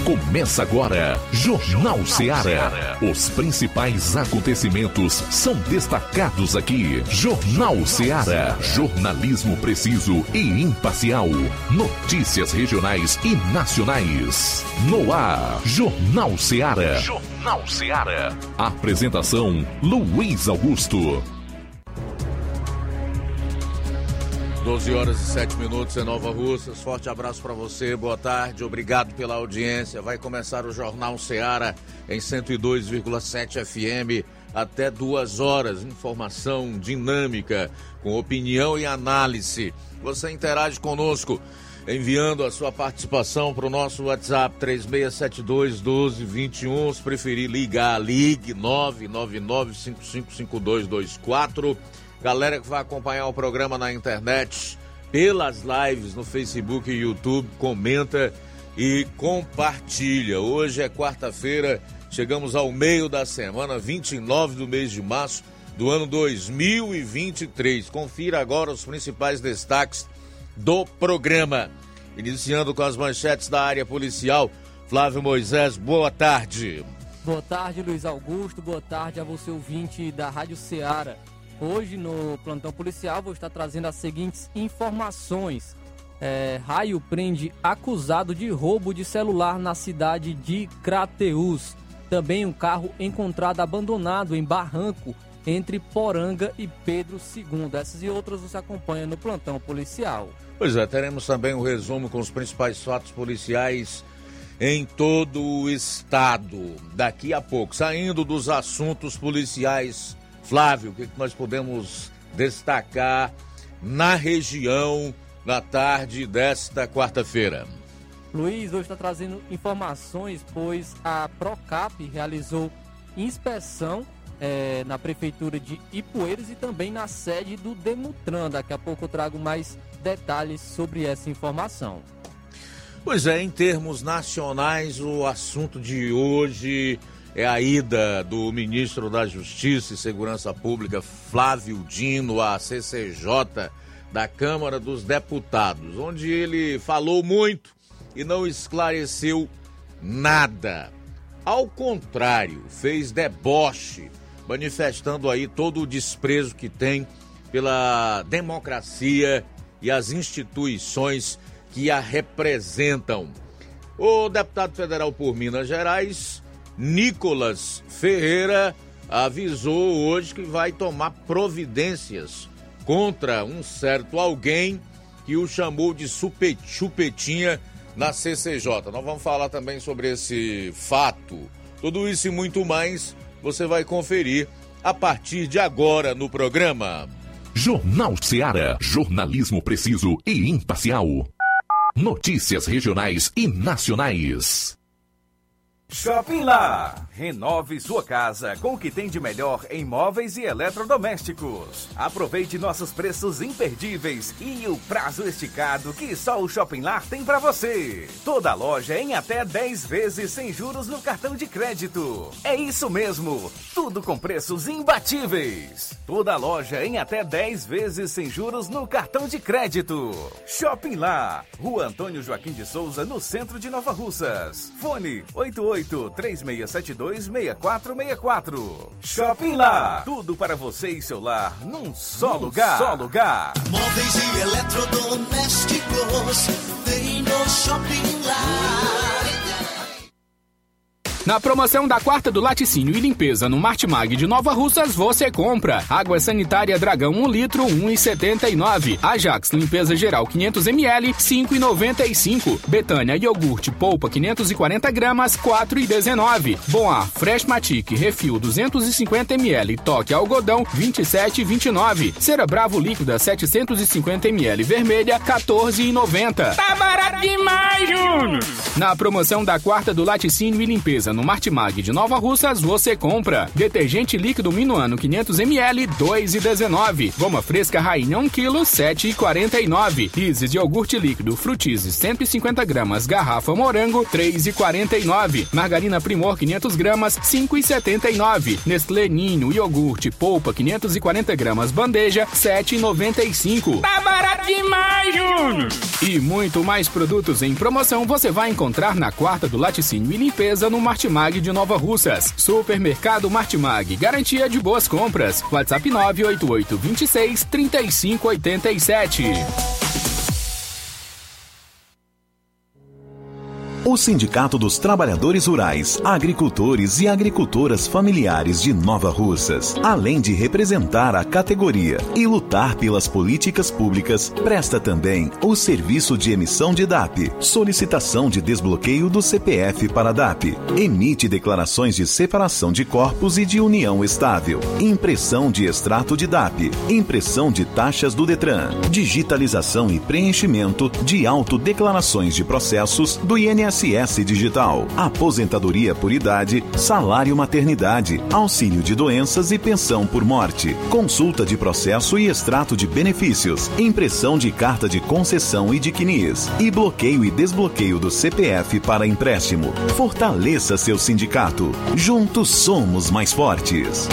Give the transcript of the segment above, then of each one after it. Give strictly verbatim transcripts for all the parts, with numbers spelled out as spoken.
Começa agora, Jornal Ceará. Os principais acontecimentos são destacados aqui. Jornal Ceará. Jornalismo preciso e imparcial. Notícias regionais e nacionais. No ar, Jornal Ceará. Jornal Ceará. Apresentação, Luiz Augusto. doze horas e sete minutos em Nova Russas. Forte abraço para você, boa tarde, obrigado pela audiência. Vai começar o Jornal Ceará em cento e dois vírgula sete F M até duas horas. Informação dinâmica, com opinião e análise. Você interage conosco enviando a sua participação para o nosso WhatsApp três seis sete dois, um dois dois um. Se preferir ligar, ligue nove nove nove, cinco cinco cinco, dois dois quatro. Galera que vai acompanhar o programa na internet, pelas lives no Facebook e YouTube, comenta e compartilha. Hoje é quarta-feira, chegamos ao meio da semana, vinte e nove do mês de março do ano dois mil e vinte e três. Confira agora os principais destaques do programa. Iniciando com as manchetes da área policial. Flávio Moisés, boa tarde. Boa tarde, Luiz Augusto. Boa tarde a você, ouvinte da Rádio Ceará. Hoje, no plantão policial, vou estar trazendo as seguintes informações. É, raio prende acusado de roubo de celular na cidade de Crateús. Também um carro encontrado abandonado em barranco entre Poranga e Pedro segundo. Essas e outras você acompanha no plantão policial. Pois é, teremos também um resumo com os principais fatos policiais em todo o estado. Daqui a pouco, saindo dos assuntos policiais, Flávio, o que nós podemos destacar na região na tarde desta quarta-feira? Luiz, hoje está trazendo informações, pois a Procap realizou inspeção é, na prefeitura de Ipueiras e também na sede do Demutran. Daqui a pouco eu trago mais detalhes sobre essa informação. Pois é, em termos nacionais, o assunto de hoje é a ida do ministro da Justiça e Segurança Pública, Flávio Dino, à C C J da Câmara dos Deputados, onde ele falou muito e não esclareceu nada. Ao contrário, fez deboche, manifestando aí todo o desprezo que tem pela democracia e as instituições que a representam. O deputado federal por Minas Gerais, Nicolas Ferreira, avisou hoje que vai tomar providências contra um certo alguém que o chamou de chupetinha na C C J. Nós vamos falar também sobre esse fato. Tudo isso e muito mais você vai conferir a partir de agora no programa. Jornal Ceará. Jornalismo preciso e imparcial. Notícias regionais e nacionais. Shopping Lá. Renove sua casa com o que tem de melhor em móveis e eletrodomésticos. Aproveite nossos preços imperdíveis e o prazo esticado que só o Shopping Lá tem para você. Toda loja em até dez vezes sem juros no cartão de crédito. É isso mesmo, tudo com preços imbatíveis. Toda loja em até dez vezes sem juros no cartão de crédito. Shopping Lá, Rua Antônio Joaquim de Souza, no centro de Nova Russas. Fone oito oito três seis sete dois, seis quatro seis quatro. Shopping Lá, tudo para você e seu lar num só num lugar. Só lugar. Móveis e eletrodomésticos tem no Shopping Lá. Na promoção da quarta do laticínio e limpeza no Martimag de Nova Russas, você compra água sanitária Dragão um litro, um real e setenta e nove. Ajax limpeza geral quinhentos mililitros, cinco reais e noventa e cinco. Betânia iogurte polpa quinhentos e quarenta gramas, quatro reais e dezenove. Boa Fresh Matic refil duzentos e cinquenta mililitros, toque algodão vinte e sete reais e vinte e nove. Cera Bravo líquida setecentos e cinquenta mililitros vermelha, quatorze reais e noventa. Tá barato demais, Júnior! Na promoção da quarta do laticínio e limpeza no Martimag de Nova Russas, você compra detergente líquido Minuano quinhentos mililitros, dois reais e dezenove. Goma fresca Rainha um quilo, sete reais e quarenta e nove. Isis iogurte líquido Frutizes cento e cinquenta gramas, garrafa morango, três reais e quarenta e nove. Margarina Primor quinhentas gramas, cinco reais e setenta e nove. Nestlé Ninho iogurte polpa quinhentos e quarenta gramas, bandeja, sete reais e noventa e cinco. Tá barato demais, Júnior! E muito mais produtos em promoção você vai encontrar na quarta do Laticínio e Limpeza no Martimag de Nova Russas. Supermercado Martimag, garantia de boas compras. WhatsApp nove oito oito dois seis, três cinco oito sete. O Sindicato dos Trabalhadores Rurais, Agricultores e Agricultoras Familiares de Nova Russas, além de representar a categoria e lutar pelas políticas públicas, presta também o serviço de emissão de D A P, solicitação de desbloqueio do C P F para D A P, emite declarações de separação de corpos e de união estável, impressão de extrato de D A P, impressão de taxas do Detran, digitalização e preenchimento de autodeclarações de processos do I N S S Digital, aposentadoria por idade, salário maternidade, auxílio de doenças e pensão por morte, consulta de processo e extrato de benefícios, impressão de carta de concessão e de C N I S, e bloqueio e desbloqueio do C P F para empréstimo. Fortaleça seu sindicato. Juntos somos mais fortes.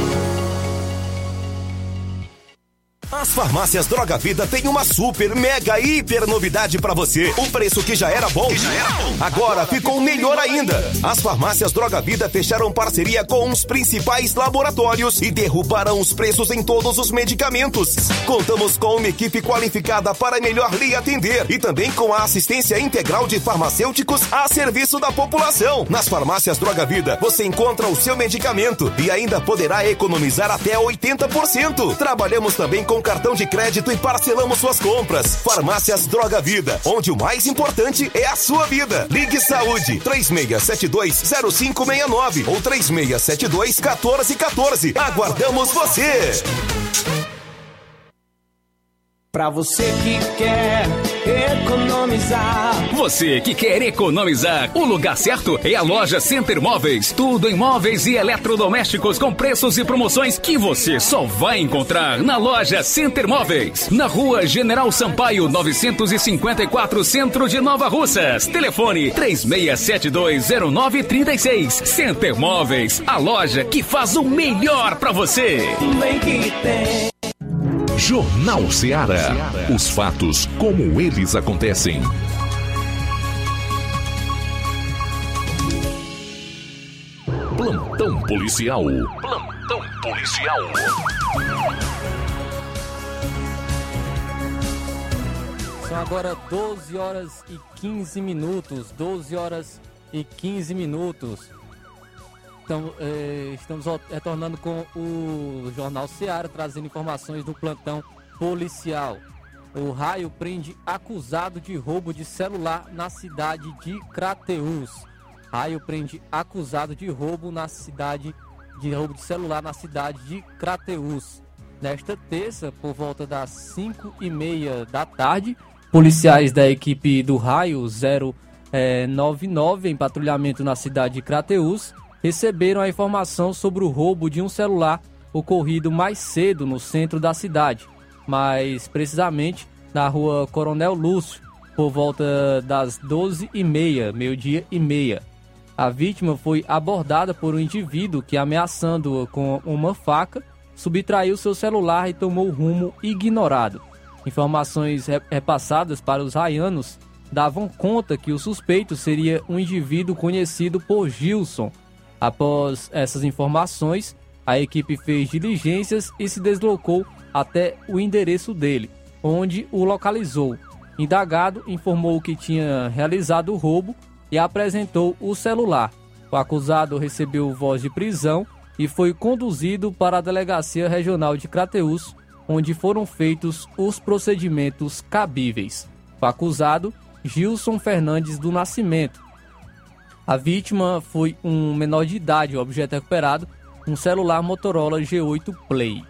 As farmácias Droga Vida têm uma super, mega, hiper novidade pra você. O preço que já era bom, já era bom. Agora ficou melhor ainda. As farmácias Droga Vida fecharam parceria com os principais laboratórios e derrubaram os preços em todos os medicamentos. Contamos com uma equipe qualificada para melhor lhe atender e também com a assistência integral de farmacêuticos a serviço da população. Nas farmácias Droga Vida, você encontra o seu medicamento e ainda poderá economizar até oitenta por cento. Trabalhamos também com cartão de crédito e parcelamos suas compras. Farmácias Droga Vida, onde o mais importante é a sua vida. Ligue Saúde três seis sete dois zero cinco seis nove ou três seis sete dois um quatro um quatro. Aguardamos você! Pra você que quer economizar. Você que quer economizar, o lugar certo é a loja Center Móveis. Tudo em móveis e eletrodomésticos com preços e promoções que você só vai encontrar na loja Center Móveis. Na rua General Sampaio, novecentos e cinquenta e quatro, Centro de Nova Russas. Telefone três seis sete dois zero nove três seis. Center Móveis, a loja que faz o melhor pra você. Bem que tem. Jornal Ceará. Os fatos como eles acontecem. Plantão policial. Plantão policial. São agora doze horas e quinze minutos. doze horas e quinze minutos. Então, eh, estamos retornando com o Jornal Ceará, trazendo informações do plantão policial. O raio prende acusado de roubo de celular na cidade de Crateús. Raio prende acusado de roubo na cidade de roubo de celular na cidade de Crateús. Nesta terça, por volta das cinco e meia da tarde, policiais da equipe do Raio zero nove nove, em patrulhamento na cidade de Crateús, receberam a informação sobre o roubo de um celular ocorrido mais cedo no centro da cidade, mais precisamente na rua Coronel Lúcio, por volta das doze e meia, meio-dia e meia. A vítima foi abordada por um indivíduo que, ameaçando-a com uma faca, subtraiu seu celular e tomou rumo ignorado. Informações repassadas para os raianos davam conta que o suspeito seria um indivíduo conhecido por Gilson. Após essas informações, a equipe fez diligências e se deslocou até o endereço dele, onde o localizou. Indagado informou que tinha realizado o roubo e apresentou o celular. O acusado recebeu voz de prisão e foi conduzido para a Delegacia Regional de Crateús, onde foram feitos os procedimentos cabíveis. O acusado, Gilson Fernandes do Nascimento. A vítima foi um menor de idade. O objeto recuperado, um celular Motorola G oito Play.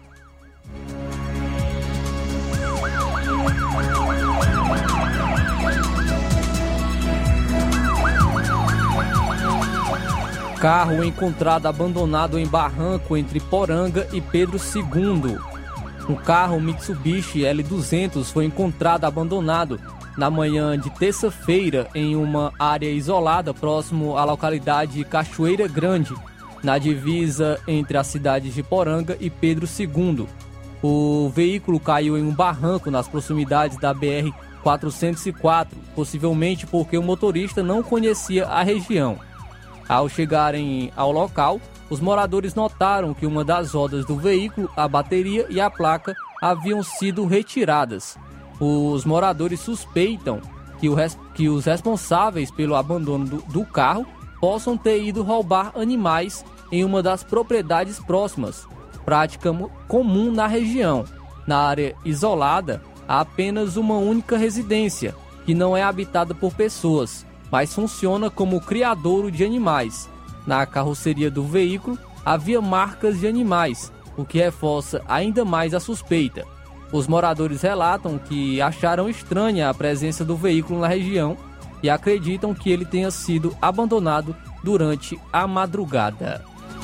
Carro encontrado abandonado em barranco entre Poranga e Pedro segundo. Um carro Mitsubishi L duzentos foi encontrado abandonado na manhã de terça-feira em uma área isolada próximo à localidade Cachoeira Grande, na divisa entre as cidades de Poranga e Pedro segundo. O veículo caiu em um barranco nas proximidades da B R quatrocentos e quatro, possivelmente porque o motorista não conhecia a região. Ao chegarem ao local, os moradores notaram que uma das rodas do veículo, a bateria e a placa haviam sido retiradas. Os moradores suspeitam que, o res... que os responsáveis pelo abandono do, do carro possam ter ido roubar animais em uma das propriedades próximas, prática comum na região. Na área isolada, há apenas uma única residência, que não é habitada por pessoas, mas funciona como criadouro de animais. Na carroceria do veículo havia marcas de animais, o que reforça ainda mais a suspeita. Os moradores relatam que acharam estranha a presença do veículo na região e acreditam que ele tenha sido abandonado durante a madrugada.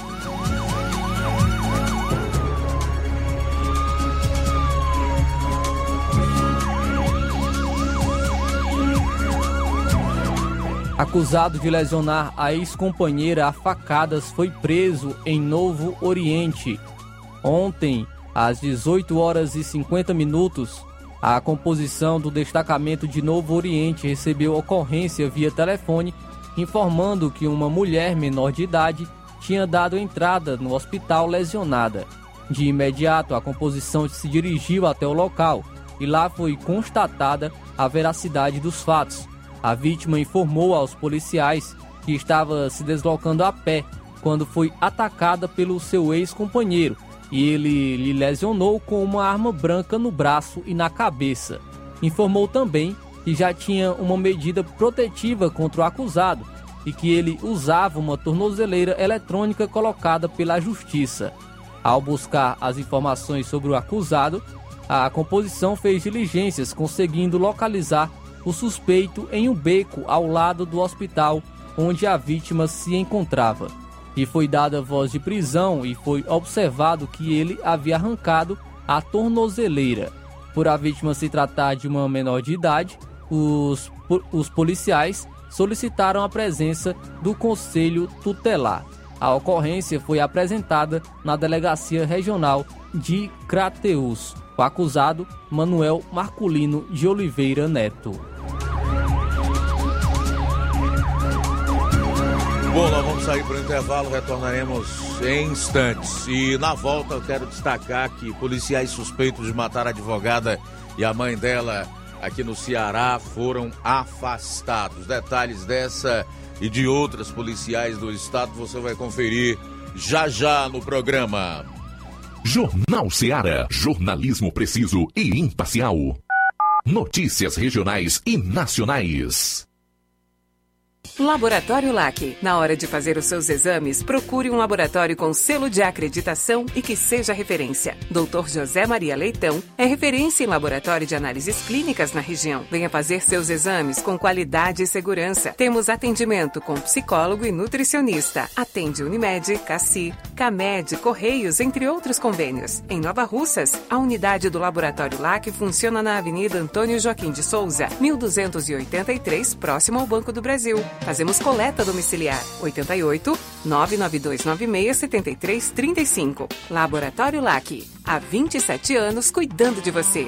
Acusado de lesionar a ex-companheira a facadas, foi preso em Novo Oriente. Ontem, às dezoito horas e cinquenta minutos, a composição do destacamento de Novo Oriente recebeu ocorrência via telefone, informando que uma mulher menor de idade tinha dado entrada no hospital lesionada. De imediato, a composição se dirigiu até o local e lá foi constatada a veracidade dos fatos. A vítima informou aos policiais que estava se deslocando a pé quando foi atacada pelo seu ex-companheiro e ele lhe lesionou com uma arma branca no braço e na cabeça. Informou também que já tinha uma medida protetiva contra o acusado e que ele usava uma tornozeleira eletrônica colocada pela justiça. Ao buscar as informações sobre o acusado, a composição fez diligências, conseguindo localizar o suspeito em um beco ao lado do hospital onde a vítima se encontrava. E foi dada voz de prisão e foi observado que ele havia arrancado a tornozeleira. Por a vítima se tratar de uma menor de idade, os, os policiais solicitaram a presença do Conselho Tutelar. A ocorrência foi apresentada na Delegacia Regional de Crateús. O acusado, Manuel Marculino de Oliveira Neto. Bom, nós vamos sair para o intervalo, retornaremos em instantes. E na volta eu quero destacar que policiais suspeitos de matar a advogada e a mãe dela aqui no Ceará foram afastados. Detalhes dessa e de outras policiais do estado você vai conferir já já no programa. Jornal Ceará, jornalismo preciso e imparcial. Notícias regionais e nacionais. Laboratório L A C. Na hora de fazer os seus exames, procure um laboratório com selo de acreditação e que seja referência. doutor José Maria Leitão é referência em laboratório de análises clínicas na região. Venha fazer seus exames com qualidade e segurança. Temos atendimento com psicólogo e nutricionista. Atende Unimed, Cassi, Camed, Correios, entre outros convênios. Em Nova Russas, a unidade do Laboratório L A C funciona na Avenida Antônio Joaquim de Souza, mil duzentos e oitenta e três, próximo ao Banco do Brasil. Fazemos coleta domiciliar. oito oito, nove nove dois nove seis, sete três três cinco. Laboratório L A C. Há vinte e sete anos cuidando de você.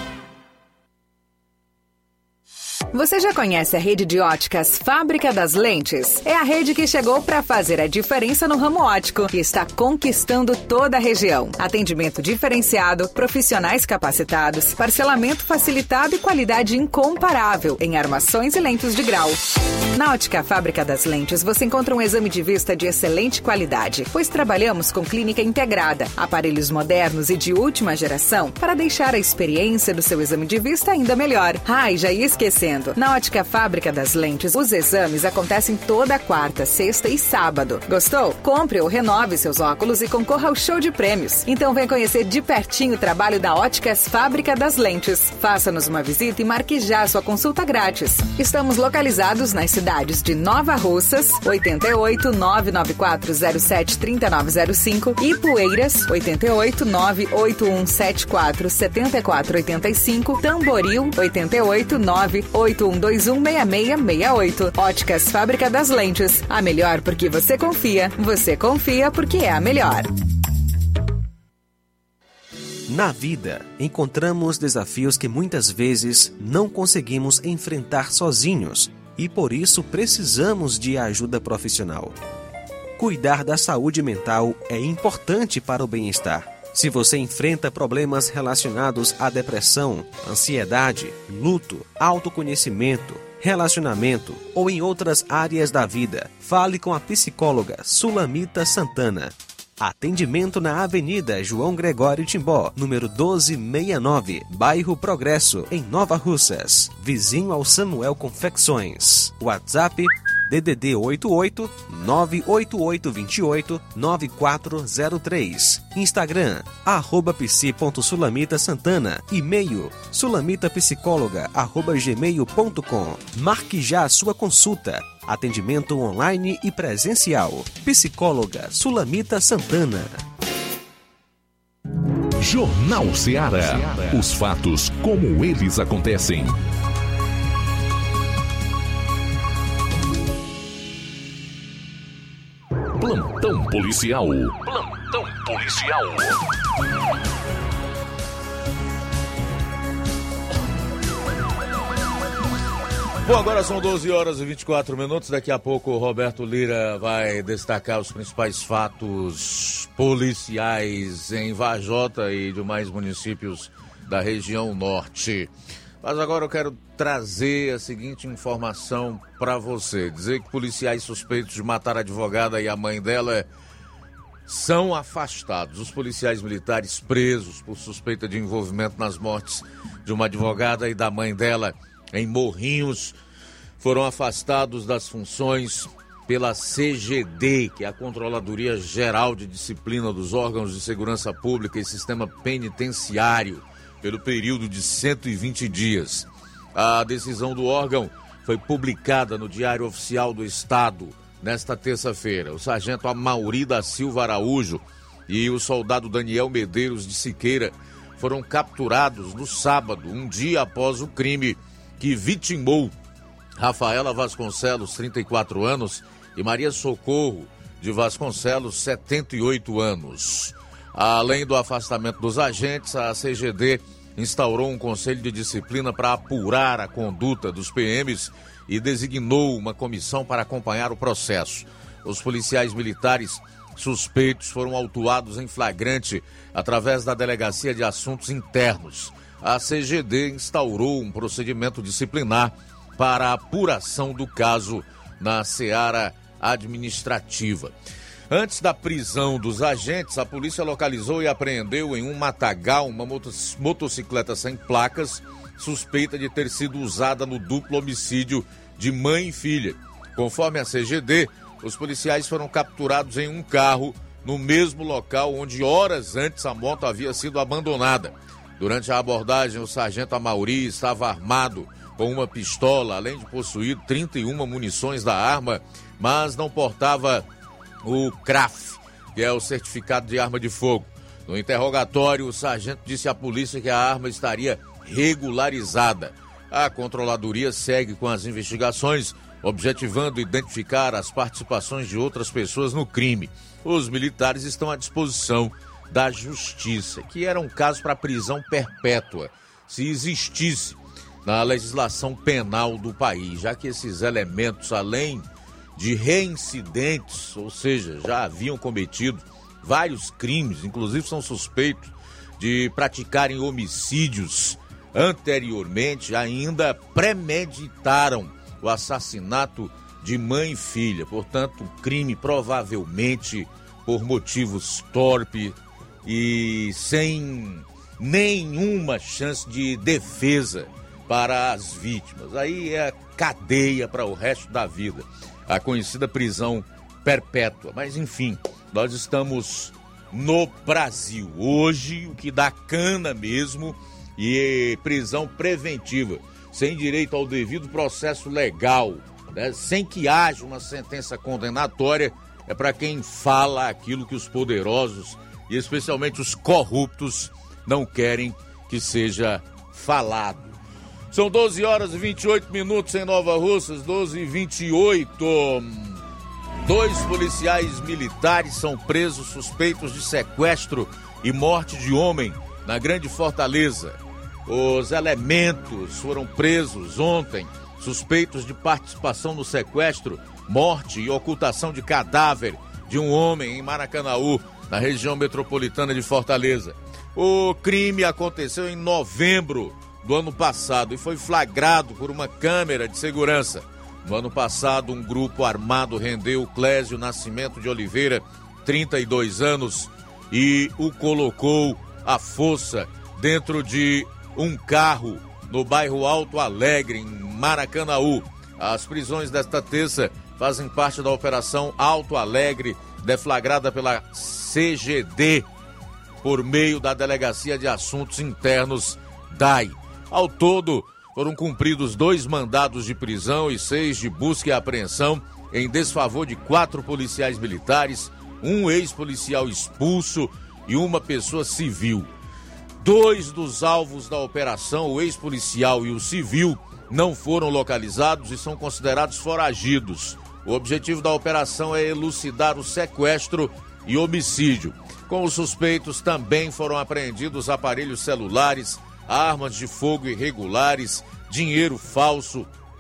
Você já conhece a rede de óticas Fábrica das Lentes? É a rede que chegou para fazer a diferença no ramo óptico e está conquistando toda a região. Atendimento diferenciado, profissionais capacitados, parcelamento facilitado e qualidade incomparável em armações e lentes de grau. Na Ótica Fábrica das Lentes você encontra um exame de vista de excelente qualidade, pois trabalhamos com clínica integrada, aparelhos modernos e de última geração para deixar a experiência do seu exame de vista ainda melhor. Ai, já ia esquecendo. Na Ótica Fábrica das Lentes, os exames acontecem toda quarta, sexta e sábado. Gostou? Compre ou renove seus óculos e concorra ao show de prêmios. Então vem conhecer de pertinho o trabalho da Óticas Fábrica das Lentes. Faça-nos uma visita e marque já sua consulta grátis. Estamos localizados nas cidades de Nova Russas, oito oito, nove nove quatro zero sete, três nove zero cinco e Poeiras, oito oito, nove oito um sete quatro, sete quatro oito cinco, Tamboril, oito oito, nove oito um dois um seis seis seis oito. Óticas Fábrica das Lentes. A melhor porque você confia. Você confia porque é a melhor. Na vida, encontramos desafios que muitas vezes não conseguimos enfrentar sozinhos e por isso precisamos de ajuda profissional. Cuidar da saúde mental é importante para o bem-estar. Se você enfrenta problemas relacionados à depressão, ansiedade, luto, autoconhecimento, relacionamento ou em outras áreas da vida, fale com a psicóloga Sulamita Santana. Atendimento na Avenida João Gregório Timbó, número doze sessenta e nove, bairro Progresso, em Nova Russas, vizinho ao Samuel Confecções. WhatsApp D D D oito oito nove oito oito dois oito nove quatro zero três. Instagram, arroba psi.sulamita Santana. E-mail, sulamitapsicóloga, arroba gmail ponto com. Marque já a sua consulta. Atendimento online e presencial. Psicóloga Sulamita Santana. Jornal Ceará. Os fatos como eles acontecem. Plantão policial. Plantão policial. Bom, agora são doze horas e vinte e quatro minutos. Daqui a pouco o Roberto Lira vai destacar os principais fatos policiais em Varjota e demais municípios da região norte. Mas agora eu quero trazer a seguinte informação para você. Dizer que policiais suspeitos de matar a advogada e a mãe dela são afastados. Os policiais militares presos por suspeita de envolvimento nas mortes de uma advogada e da mãe dela em Morrinhos foram afastados das funções pela C G D, que é a Controladoria Geral de Disciplina dos Órgãos de Segurança Pública e Sistema Penitenciário, pelo período de cento e vinte dias. A decisão do órgão foi publicada no Diário Oficial do Estado nesta terça-feira. O sargento Amauri da Silva Araújo e o soldado Daniel Medeiros de Siqueira foram capturados no sábado, um dia após o crime que vitimou Rafaela Vasconcelos, trinta e quatro anos, e Maria Socorro de Vasconcelos, setenta e oito anos. Além do afastamento dos agentes, a C G D instaurou um conselho de disciplina para apurar a conduta dos P Ms e designou uma comissão para acompanhar o processo. Os policiais militares suspeitos foram autuados em flagrante através da Delegacia de Assuntos Internos. A C G D instaurou um procedimento disciplinar para a apuração do caso na seara administrativa. Antes da prisão dos agentes, a polícia localizou e apreendeu em um matagal uma motocicleta sem placas, suspeita de ter sido usada no duplo homicídio de mãe e filha. Conforme a C G D, os policiais foram capturados em um carro no mesmo local onde horas antes a moto havia sido abandonada. Durante a abordagem, o sargento Amauri estava armado com uma pistola, além de possuir trinta e uma munições da arma, mas não portava o C R A F, que é o certificado de arma de fogo. No interrogatório, o sargento disse à polícia que a arma estaria regularizada. A controladoria segue com as investigações, objetivando identificar as participações de outras pessoas no crime. Os militares estão à disposição da justiça, que era um caso para prisão perpétua, se existisse na legislação penal do país, já que esses elementos, além de reincidentes, ou seja, já haviam cometido vários crimes, inclusive são suspeitos de praticarem homicídios anteriormente, ainda premeditaram o assassinato de mãe e filha. Portanto, crime provavelmente por motivos torpes e sem nenhuma chance de defesa para as vítimas. Aí é cadeia para o resto da vida, a conhecida prisão perpétua. Mas enfim, nós estamos no Brasil. Hoje, o que dá cana mesmo e prisão preventiva, sem direito ao devido processo legal, né? Sem que haja uma sentença condenatória, é para quem fala aquilo que os poderosos e especialmente os corruptos não querem que seja falado. São doze horas e vinte e oito minutos em Nova Russas, doze e vinte e oito. Dois policiais militares são presos suspeitos de sequestro e morte de homem na Grande Fortaleza. Os elementos foram presos ontem, suspeitos de participação no sequestro, morte e ocultação de cadáver de um homem em Maracanaú, na região metropolitana de Fortaleza. O crime aconteceu em novembro do ano passado e foi flagrado por uma câmera de segurança. No ano passado, um grupo armado rendeu Clésio Nascimento de Oliveira, trinta e dois anos, e o colocou à força dentro de um carro no bairro Alto Alegre, em Maracanaú. As prisões desta terça fazem parte da Operação Alto Alegre, deflagrada pela C G D, por meio da Delegacia de Assuntos Internos, D A I. Ao todo, foram cumpridos dois mandados de prisão e seis de busca e apreensão em desfavor de quatro policiais militares, um ex-policial expulso e uma pessoa civil. Dois dos alvos da operação, o ex-policial e o civil, não foram localizados e são considerados foragidos. O objetivo da operação é elucidar o sequestro e homicídio. Com os suspeitos também foram apreendidos aparelhos celulares, armas de fogo irregulares, dinheiro falso,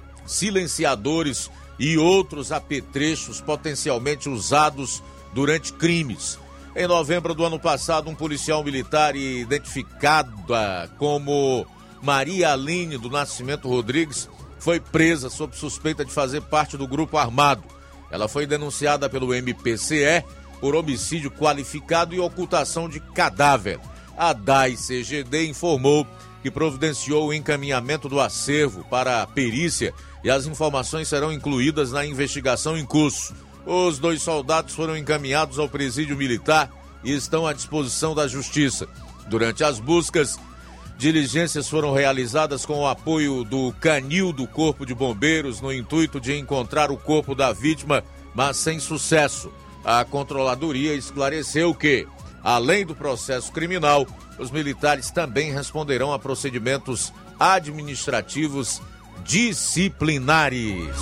silenciadores e outros apetrechos potencialmente usados durante crimes. Em novembro do ano passado, um policial militar identificada como Maria Aline do Nascimento Rodrigues foi presa sob suspeita de fazer parte do grupo armado. Ela foi denunciada pelo M P C E por homicídio qualificado e ocultação de cadáver. A D A I C G D informou que providenciou o encaminhamento do acervo para a perícia e as informações serão incluídas na investigação em curso. Os dois soldados foram encaminhados ao presídio militar e estão à disposição da Justiça. Durante as buscas, diligências foram realizadas com o apoio do canil do Corpo de Bombeiros no intuito de encontrar o corpo da vítima, mas sem sucesso. A controladoria esclareceu que, além do processo criminal, os militares também responderão a procedimentos administrativos disciplinares.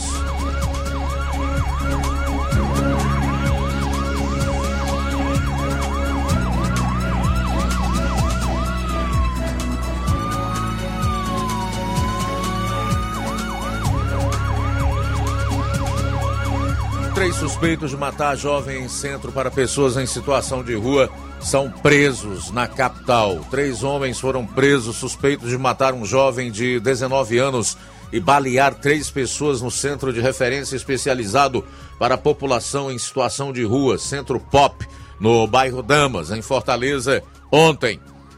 Três suspeitos de matar jovem em centro para pessoas em situação de rua são presos na capital. Três homens foram presos suspeitos de matar um jovem de dezenove anos e balear três pessoas no centro de referência especializado para a população em situação de rua, Centro Pop, no bairro Damas, em Fortaleza, ontem.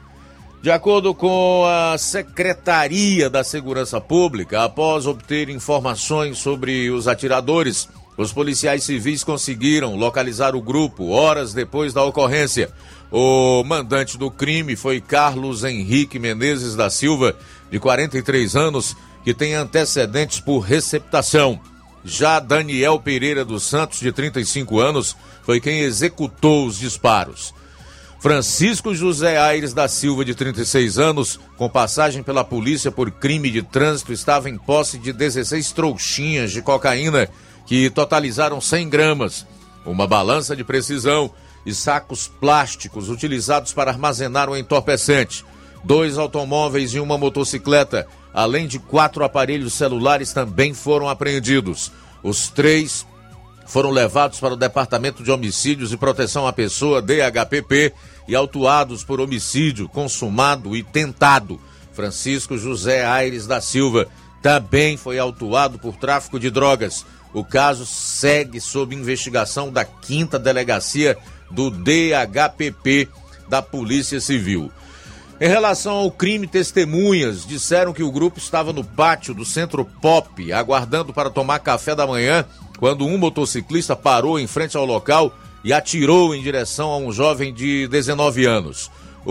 De acordo com a Secretaria da Segurança Pública, após obter informações sobre os atiradores, os policiais civis conseguiram localizar o grupo horas depois da ocorrência. O mandante do crime foi Carlos Henrique Menezes da Silva, de quarenta e três anos, que tem antecedentes por receptação. Já Daniel Pereira dos Santos, de trinta e cinco anos, foi quem executou os disparos. Francisco José Aires da Silva, de trinta e seis anos, com passagem pela polícia por crime de trânsito, estava em posse de dezesseis trouxinhas de cocaína que totalizaram cem gramas, uma balança de precisão e sacos plásticos utilizados para armazenar o entorpecente, dois automóveis e uma motocicleta, além de quatro aparelhos celulares também foram apreendidos. Os três foram levados para o Departamento de Homicídios e Proteção à Pessoa, D H P P, e autuados por homicídio consumado e tentado. Francisco José Aires da Silva também foi autuado por tráfico de drogas. O caso segue sob investigação da quinta Delegacia do D H P P da Polícia Civil. Em relação ao crime, testemunhas disseram que o grupo estava no pátio do Centro Pop, aguardando para tomar café da manhã, quando um motociclista parou em frente ao local e atirou em direção a um jovem de dezenove anos.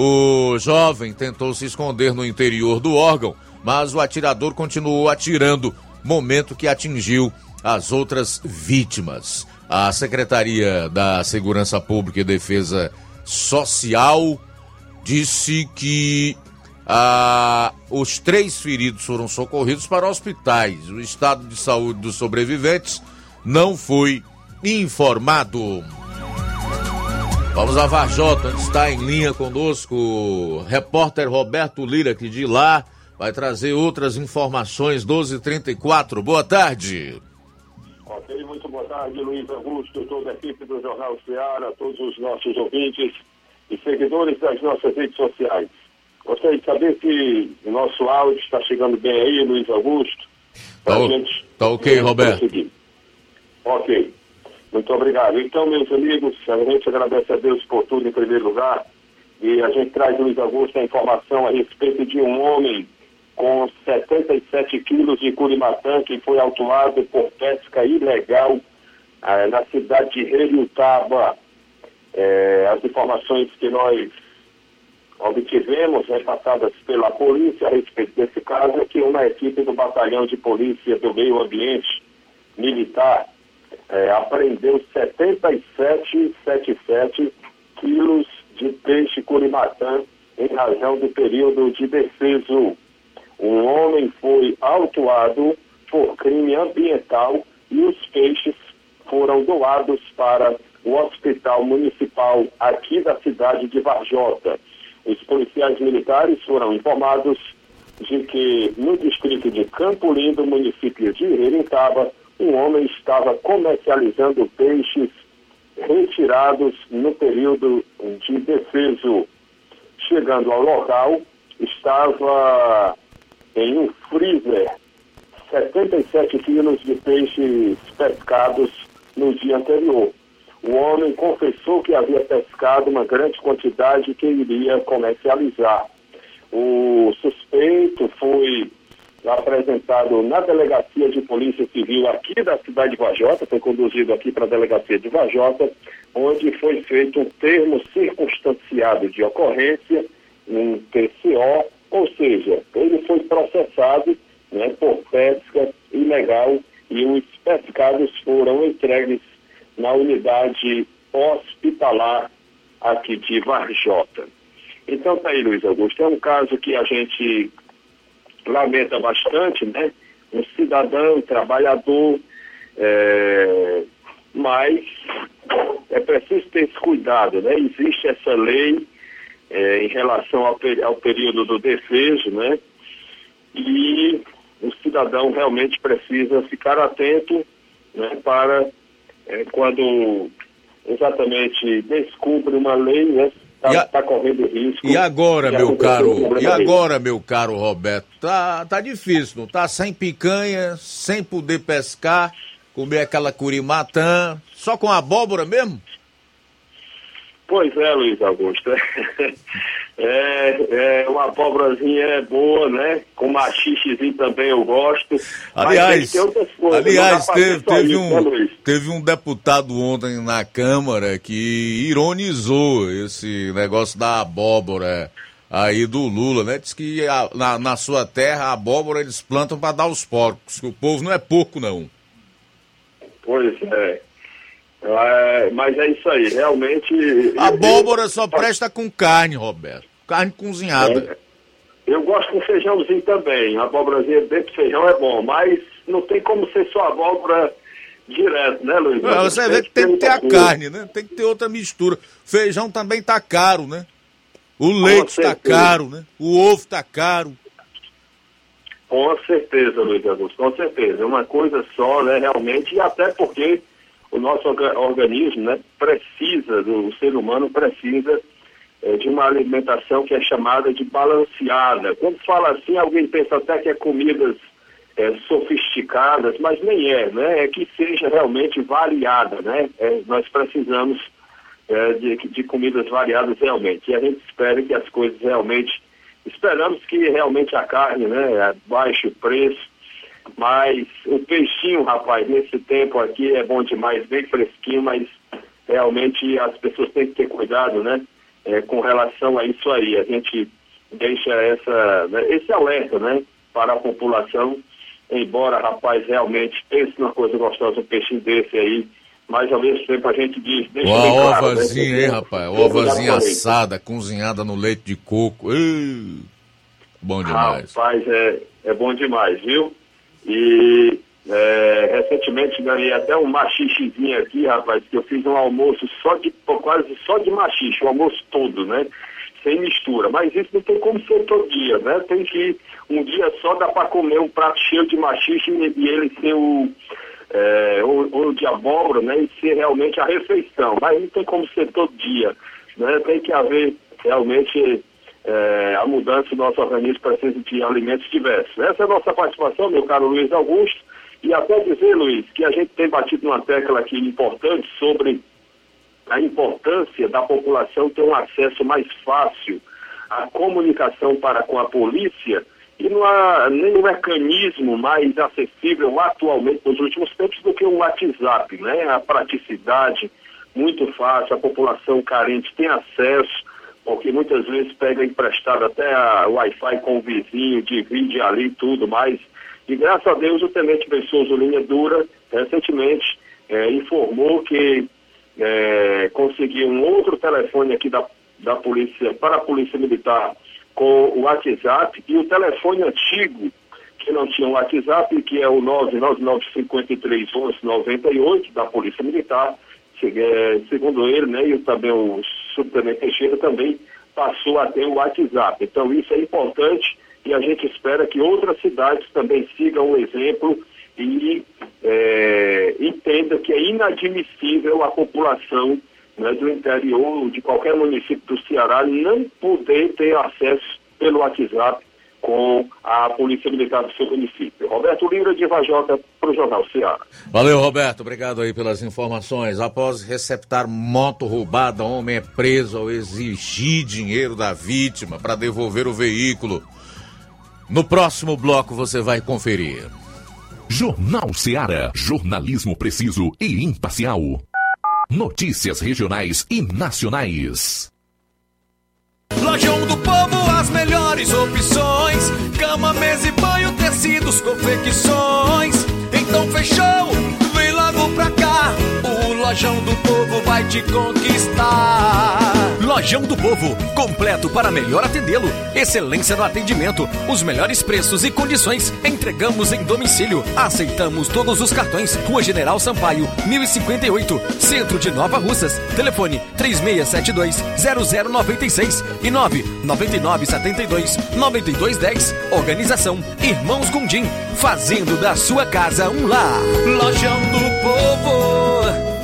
O jovem tentou se esconder no interior do órgão, mas o atirador continuou atirando, momento que atingiu as outras vítimas. A Secretaria da Segurança Pública e Defesa Social disse que ah, os três feridos foram socorridos para hospitais. O estado de saúde dos sobreviventes não foi informado. Vamos a Varjota, onde está em linha conosco o repórter Roberto Lira, que de lá vai trazer outras informações. Doze e trinta e quatro, boa tarde. Ok, muito boa tarde, Luiz Augusto, toda a equipe do Jornal Ceará, todos os nossos ouvintes e seguidores das nossas redes sociais. Gostaria de saber se o nosso áudio está chegando bem aí, Luiz Augusto. Tá, o... gente... tá ok, Roberto. Conseguir. Ok. Muito obrigado. Então, meus amigos, a gente agradece a Deus por tudo em primeiro lugar e a gente traz, Luiz Augusto, a informação a respeito de um homem com setenta e sete quilos de curimatã que foi autuado por pesca ilegal eh, na cidade de Relutaba. Eh, as informações que nós obtivemos, repassadas pela polícia a respeito desse caso, é que uma equipe do Batalhão de Polícia do Meio Ambiente Militar É, apreendeu setenta e sete vírgula setenta e sete quilos de peixe curimatã em razão do período de defeso. Um homem foi autuado por crime ambiental e os peixes foram doados para o Hospital Municipal aqui da cidade de Varjota. Os policiais militares foram informados de que no distrito de Campo Lindo, município de Relutaba, um homem estava comercializando peixes retirados no período de defeso. Chegando ao local, estava em um freezer setenta e sete quilos de peixes pescados no dia anterior. O homem confessou que havia pescado uma grande quantidade que iria comercializar. O suspeito foi apresentado na Delegacia de Polícia Civil aqui da cidade de Varjota, foi conduzido aqui para a Delegacia de Varjota, onde foi feito um termo circunstanciado de ocorrência, um T C O, ou seja, ele foi processado, né, por pesca ilegal e os pescados foram entregues na unidade hospitalar aqui de Varjota. Então tá aí, Luiz Augusto, é um caso que a gente lamenta bastante, né? Um cidadão, um trabalhador, é... mas é preciso ter esse cuidado, né? Existe essa lei é, em relação ao, ao período do defeso, né? E o cidadão realmente precisa ficar atento, né? Para é, quando exatamente descobre uma lei, né? Tá, a... tá correndo risco. E agora, meu caro, e agora, meu caro Roberto, tá, tá difícil, não tá? Sem picanha, sem poder pescar, comer aquela curimatã, só com abóbora mesmo? Pois é, Luiz Augusto. É, é, uma abóborazinha é boa, né? Com machichezinho também eu gosto. Aliás, coisas, aliás teve, teve, isso, um, né, teve um deputado ontem na Câmara que ironizou esse negócio da abóbora aí do Lula, né? Diz que a, na, na sua terra a abóbora eles plantam para dar aos porcos, que o povo não é porco, não. Pois é. É, mas é isso aí, realmente... A abóbora só presta com carne, Roberto. Carne cozinhada. É, eu gosto com feijãozinho também. A abóborazinha dentro do feijão é bom, mas não tem como ser só abóbora direto, né, Luiz? Não, você vê que tem que ter a carne, né? Tem que ter outra mistura. Feijão também tá caro, né? O leite tá caro, né? O ovo tá caro. Com certeza, Luiz Augusto, com certeza. Uma coisa só, né, realmente, e até porque o nosso organismo, né, precisa, o ser humano precisa é, de uma alimentação que é chamada de balanceada. Quando fala assim, alguém pensa até que é comidas é, sofisticadas, mas nem é, né? É que seja realmente variada, né? É, nós precisamos é, de, de comidas variadas realmente. E a gente espera que as coisas realmente, esperamos que realmente a carne, né, baixe o preço. Mas o peixinho, rapaz, nesse tempo aqui é bom demais, bem fresquinho, mas realmente as pessoas têm que ter cuidado, né? É, com relação a isso aí. A gente deixa essa, né, esse alerta, né, para a população, embora, rapaz, realmente pense numa coisa gostosa, um peixinho desse aí, mas ao mesmo tempo a gente diz... Deixa uma bem claro, ovazinha, né? Hein, rapaz? Ovazinha assada, cozinhada no leite de coco. Ei, bom demais. Rapaz, é, é bom demais, viu? E É, recentemente ganhei até um machichezinho aqui, rapaz, que eu fiz um almoço só de, quase só de machixe, o almoço todo, né? Sem mistura. Mas isso não tem como ser todo dia, né? Tem que, um dia só dá para comer um prato cheio de machixe e, e ele ser o, é, o, o de abóbora, né? E ser realmente a refeição. Mas não tem como ser todo dia, né? Tem que haver realmente é, a mudança do nosso organismo precisa de alimentos diversos. Essa é a nossa participação, meu caro Luiz Augusto. E até dizer, Luiz, que a gente tem batido numa tecla aqui importante sobre a importância da população ter um acesso mais fácil à comunicação para com a polícia e não há nenhum mecanismo mais acessível atualmente nos últimos tempos do que o WhatsApp, né? A praticidade, muito fácil, a população carente tem acesso, porque muitas vezes pega emprestado até a Wi-Fi com o vizinho, divide ali e tudo mais. E graças a Deus o Tenente Bessoso Linha Dura recentemente é, informou que é, conseguiu um outro telefone aqui da, da polícia, para a Polícia Militar com o WhatsApp, e o telefone antigo que não tinha o WhatsApp, que é o nove nove nove cinco três um um nove oito da Polícia Militar, é, segundo ele, né, e também o subtenente Teixeira também passou a ter o WhatsApp. Então isso é importante. E a gente espera que outras cidades também sigam o exemplo e é, entenda que é inadmissível a população, né, do interior, de qualquer município do Ceará, não poder ter acesso pelo WhatsApp com a Polícia Militar do seu município. Roberto Lira, de Vajota, para o Jornal Ceará. Valeu, Roberto. Obrigado aí pelas informações. Após receptar moto roubada, homem é preso ao exigir dinheiro da vítima para devolver o veículo. No próximo bloco você vai conferir. Jornal Ceará, jornalismo preciso e imparcial. Notícias regionais e nacionais. Lojão do Povo, as melhores opções: cama, mesa e banho, tecidos, confecções. Então fechou, vem logo pra cá. O Lojão do Povo vai te conquistar. Lojão do Povo, completo para melhor atendê-lo. Excelência no atendimento, os melhores preços e condições. Entregamos em domicílio. Aceitamos todos os cartões. Rua General Sampaio, mil e cinquenta e oito, Centro de Nova Russas. Telefone três seis sete dois, zero zero nove seis e nove nove nove sete dois, nove dois um zero. Organização Irmãos Gondim, fazendo da sua casa um lar. Lojão do Povo.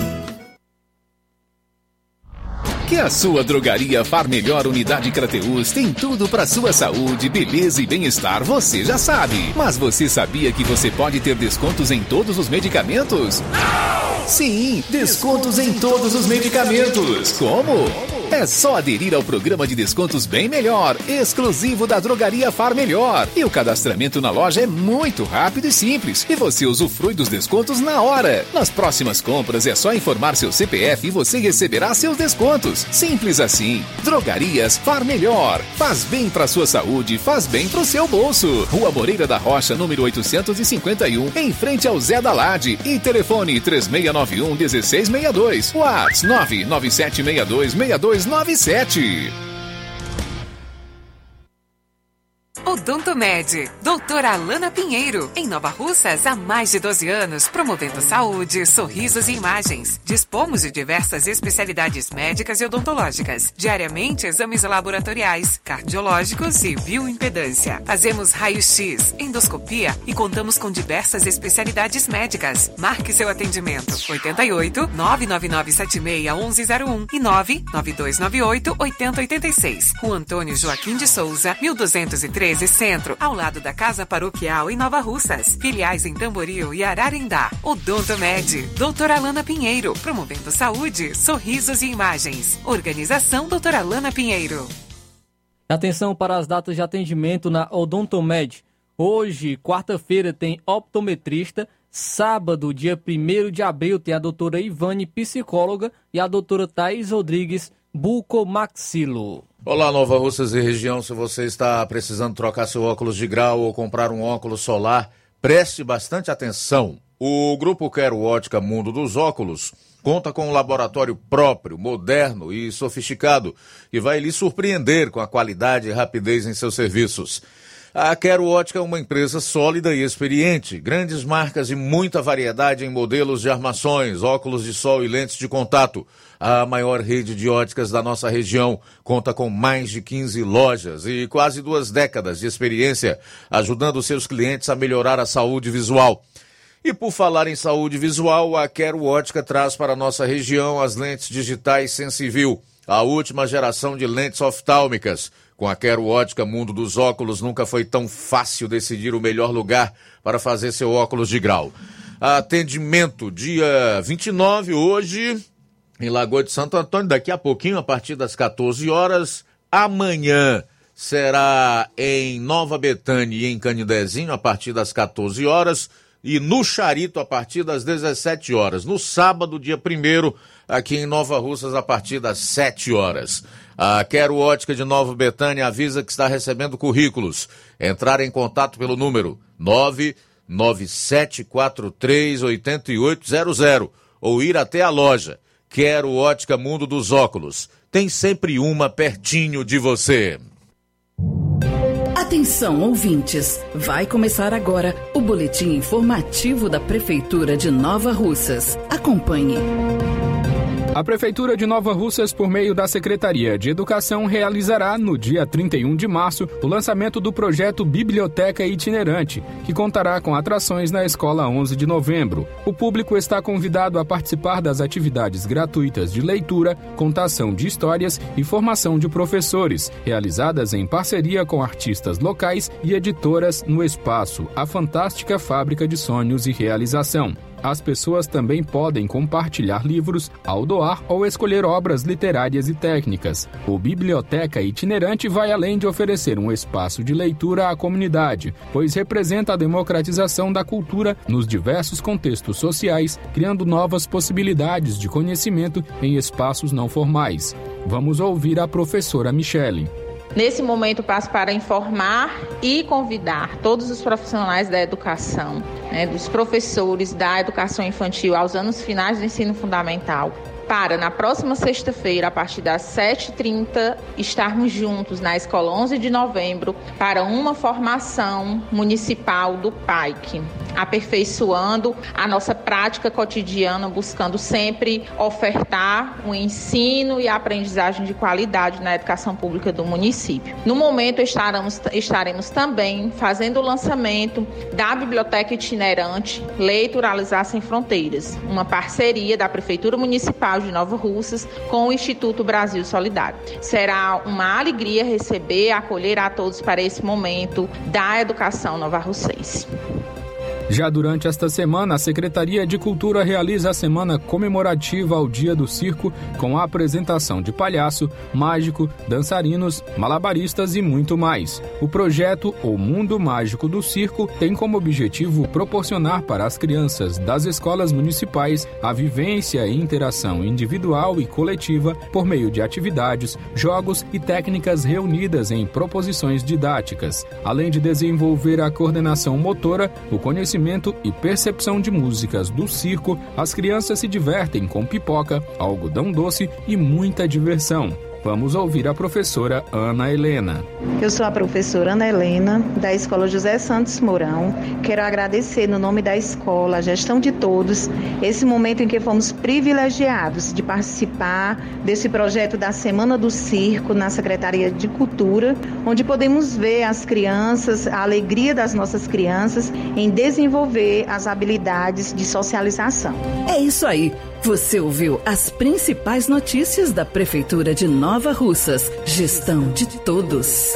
Que a sua drogaria Far Melhor Unidade Crateús tem tudo para sua saúde, beleza e bem-estar, você já sabe. Mas você sabia que você pode ter descontos em todos os medicamentos? Sim, descontos em todos os medicamentos. Como? É só aderir ao programa de descontos Bem Melhor, exclusivo da Drogaria Far Melhor. E o cadastramento na loja é muito rápido e simples, e você usufrui dos descontos na hora. Nas próximas compras é só informar seu C P F e você receberá seus descontos. Simples assim. Drogarias Far Melhor. Faz bem pra sua saúde, faz bem pro seu bolso. Rua Moreira da Rocha, número oitocentos e cinquenta e um, em frente ao Zé da Lade. E telefone três seis nove um, um seis seis dois. WhatsApp nove nove sete seis dois seis dois nove sete. Odontomed, doutora Alana Pinheiro, em Nova Russas há mais de doze anos, promovendo saúde, sorrisos e imagens. Dispomos de diversas especialidades médicas e odontológicas, diariamente exames laboratoriais, cardiológicos e bioimpedância. Fazemos raio-x, endoscopia e contamos com diversas especialidades médicas. Marque seu atendimento oito oito, nove nove nove sete seis, um um zero um e nove nove dois nove oito, oito zero oito seis. Rua Antônio Joaquim de Souza, mil duzentos e treze Centro, ao lado da Casa Paroquial em Nova Russas. Filiais em Tamboril e Ararindá. Odontomed, doutora Alana Pinheiro, promovendo saúde, sorrisos e imagens. Organização doutora Alana Pinheiro. Atenção para as datas de atendimento na Odontomed. Hoje, quarta-feira, tem optometrista. Sábado, dia primeiro de abril, tem a doutora Ivane, psicóloga, e a doutora Thaís Rodrigues, bucomaxilo. Olá, Nova Russas e região. Se você está precisando trocar seu óculos de grau ou comprar um óculos solar, preste bastante atenção. O Grupo Quero Ótica Mundo dos Óculos conta com um laboratório próprio, moderno e sofisticado, que vai lhe surpreender com a qualidade e rapidez em seus serviços. A Quero Ótica é uma empresa sólida e experiente, grandes marcas e muita variedade em modelos de armações, óculos de sol e lentes de contato. A maior rede de óticas da nossa região conta com mais de quinze lojas e quase duas décadas de experiência, ajudando seus clientes a melhorar a saúde visual. E por falar em saúde visual, a Quero Ótica traz para a nossa região as lentes digitais Sensiview, a última geração de lentes oftálmicas. Com a Quero Ótica Mundo dos Óculos, nunca foi tão fácil decidir o melhor lugar para fazer seu óculos de grau. Atendimento dia vinte e nove, hoje, em Lagoa de Santo Antônio, daqui a pouquinho, a partir das quatorze horas. Amanhã será em Nova Betânia e em Canidezinho, a partir das quatorze horas. E no Charito, a partir das dezessete horas. No sábado, dia primeiro, aqui em Nova Russas, a partir das sete horas. A Quero Ótica de Nova Betânia avisa que está recebendo currículos. Entrar em contato pelo número nove nove sete quatro três oito oito zero zero ou ir até a loja Quero Ótica Mundo dos Óculos. Tem sempre uma pertinho de você. Atenção, ouvintes! Vai começar agora o boletim informativo da Prefeitura de Nova Russas. Acompanhe. A Prefeitura de Nova Russas, por meio da Secretaria de Educação, realizará, no dia trinta e um de março, o lançamento do projeto Biblioteca Itinerante, que contará com atrações na Escola onze de novembro. O público está convidado a participar das atividades gratuitas de leitura, contação de histórias e formação de professores, realizadas em parceria com artistas locais e editoras no espaço A Fantástica Fábrica de Sonhos e Realização. As pessoas também podem compartilhar livros ao doar ou escolher obras literárias e técnicas. O Biblioteca Itinerante vai além de oferecer um espaço de leitura à comunidade, pois representa a democratização da cultura nos diversos contextos sociais, criando novas possibilidades de conhecimento em espaços não formais. Vamos ouvir a professora Michele. Nesse momento, passo para informar e convidar todos os profissionais da educação, né, dos professores da educação infantil aos anos finais do ensino fundamental, para, na próxima sexta-feira, a partir das sete e trinta, estarmos juntos na Escola onze de novembro para uma formação municipal do P A I C, aperfeiçoando a nossa prática cotidiana, buscando sempre ofertar um ensino e a aprendizagem de qualidade na educação pública do município. No momento, estaremos, estaremos também fazendo o lançamento da Biblioteca Itinerante Leituralizar Sem Fronteiras, uma parceria da Prefeitura Municipal de Nova Russas com o Instituto Brasil Solidário. Será uma alegria receber e acolher a todos para esse momento da educação novarrussense. Já durante esta semana, a Secretaria de Cultura realiza a semana comemorativa ao Dia do Circo, com a apresentação de palhaço, mágico, dançarinos, malabaristas e muito mais. O projeto O Mundo Mágico do Circo tem como objetivo proporcionar para as crianças das escolas municipais a vivência e interação individual e coletiva por meio de atividades, jogos e técnicas reunidas em proposições didáticas, além de desenvolver a coordenação motora, o conhecimento e percepção de músicas do circo. As crianças se divertem com pipoca, algodão doce e muita diversão. Vamos ouvir a professora Ana Helena. Eu sou a professora Ana Helena, da Escola José Santos Mourão. Quero agradecer no nome da escola, a gestão de todos, esse momento em que fomos privilegiados de participar desse projeto da Semana do Circo na Secretaria de Cultura, onde podemos ver as crianças, a alegria das nossas crianças em desenvolver as habilidades de socialização. É isso aí. Você ouviu as principais notícias da Prefeitura de Nova Russas. Gestão de todos.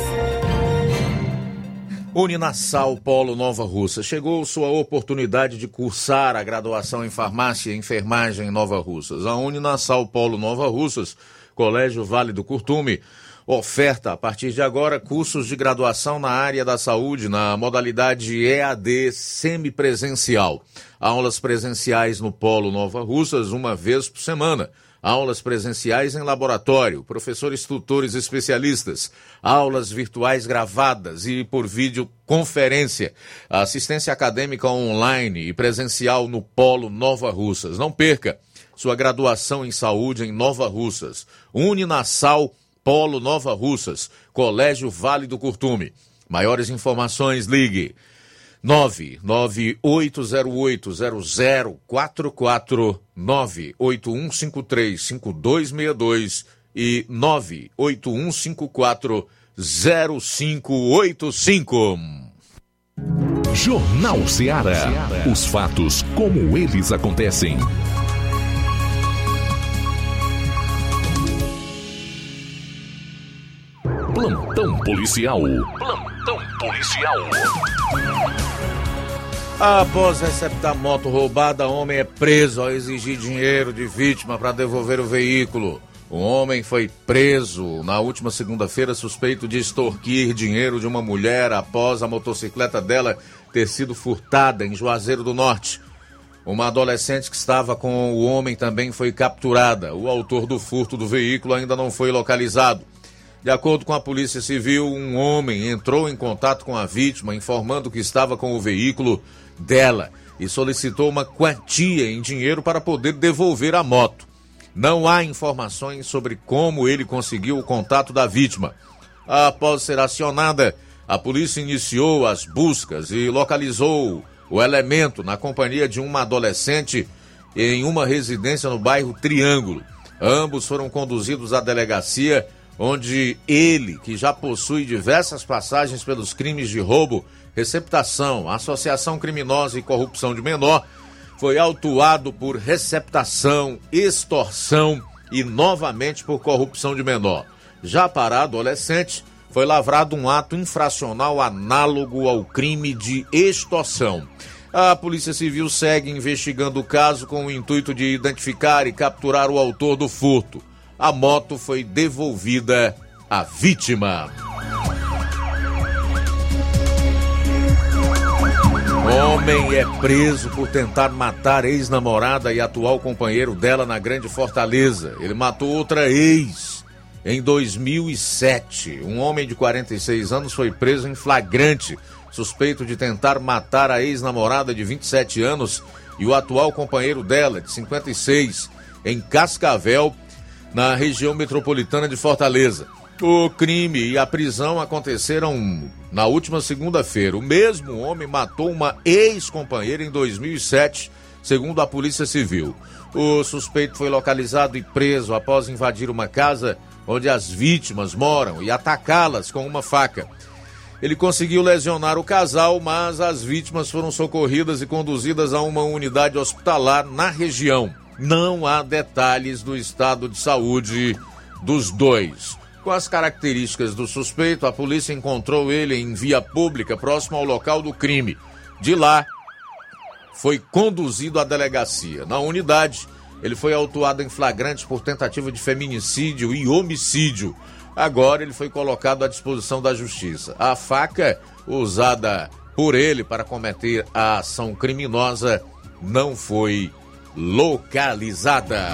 Uninassal Polo Nova Russas. Chegou sua oportunidade de cursar a graduação em farmácia e enfermagem em Nova Russas. A Uninassal Polo Nova Russas, Colégio Vale do Curtume, oferta a partir de agora cursos de graduação na área da saúde na modalidade E A D semipresencial. Aulas presenciais no Polo Nova Russas uma vez por semana. Aulas presenciais em laboratório, professores tutores especialistas, aulas virtuais gravadas e por videoconferência, assistência acadêmica online e presencial no Polo Nova Russas. Não perca sua graduação em saúde em Nova Russas. Uninassal Polo Nova Russas, Colégio Vale do Curtume. Maiores informações, ligue nove nove oito zero oito zero zero quatro quatro, nove oito um cinco três cinco dois seis dois e nove oito um cinco quatro zero cinco oito cinco. Jornal Ceará. Os fatos como eles acontecem. Plantão policial. Plantão policial. Após receptar moto roubada, homem é preso ao exigir dinheiro de vítima para devolver o veículo. O homem foi preso na última segunda-feira suspeito de extorquir dinheiro de uma mulher após a motocicleta dela ter sido furtada em Juazeiro do Norte. Uma adolescente que estava com o homem também foi capturada. O autor do furto do veículo ainda não foi localizado. De acordo com a Polícia Civil, um homem entrou em contato com a vítima informando que estava com o veículo dela e solicitou uma quantia em dinheiro para poder devolver a moto. Não há informações sobre como ele conseguiu o contato da vítima. Após ser acionada, a polícia iniciou as buscas e localizou o elemento na companhia de uma adolescente em uma residência no bairro Triângulo. Ambos foram conduzidos à delegacia, onde ele, que já possui diversas passagens pelos crimes de roubo, receptação, associação criminosa e corrupção de menor, foi autuado por receptação, extorsão e novamente por corrupção de menor. Já para a adolescente, foi lavrado um ato infracional análogo ao crime de extorsão. A Polícia Civil segue investigando o caso com o intuito de identificar e capturar o autor do furto. A moto foi devolvida à vítima. Homem é preso por tentar matar ex-namorada e atual companheiro dela na Grande Fortaleza. Ele matou outra ex em dois mil e sete. Um homem de quarenta e seis anos foi preso em flagrante, suspeito de tentar matar a ex-namorada de vinte e sete anos e o atual companheiro dela, de cinquenta e seis, em Cascavel, na região metropolitana de Fortaleza. O crime e a prisão aconteceram na última segunda-feira. O mesmo homem matou uma ex-companheira em dois mil e sete, segundo a Polícia Civil. O suspeito foi localizado e preso após invadir uma casa onde as vítimas moram e atacá-las com uma faca. Ele conseguiu lesionar o casal, mas as vítimas foram socorridas e conduzidas a uma unidade hospitalar na região. Não há detalhes do estado de saúde dos dois. Com as características do suspeito, a polícia encontrou ele em via pública próximo ao local do crime. De lá, foi conduzido à delegacia. Na unidade, ele foi autuado em flagrante por tentativa de feminicídio e homicídio. Agora ele foi colocado à disposição da justiça. A faca usada por ele para cometer a ação criminosa não foi localizada.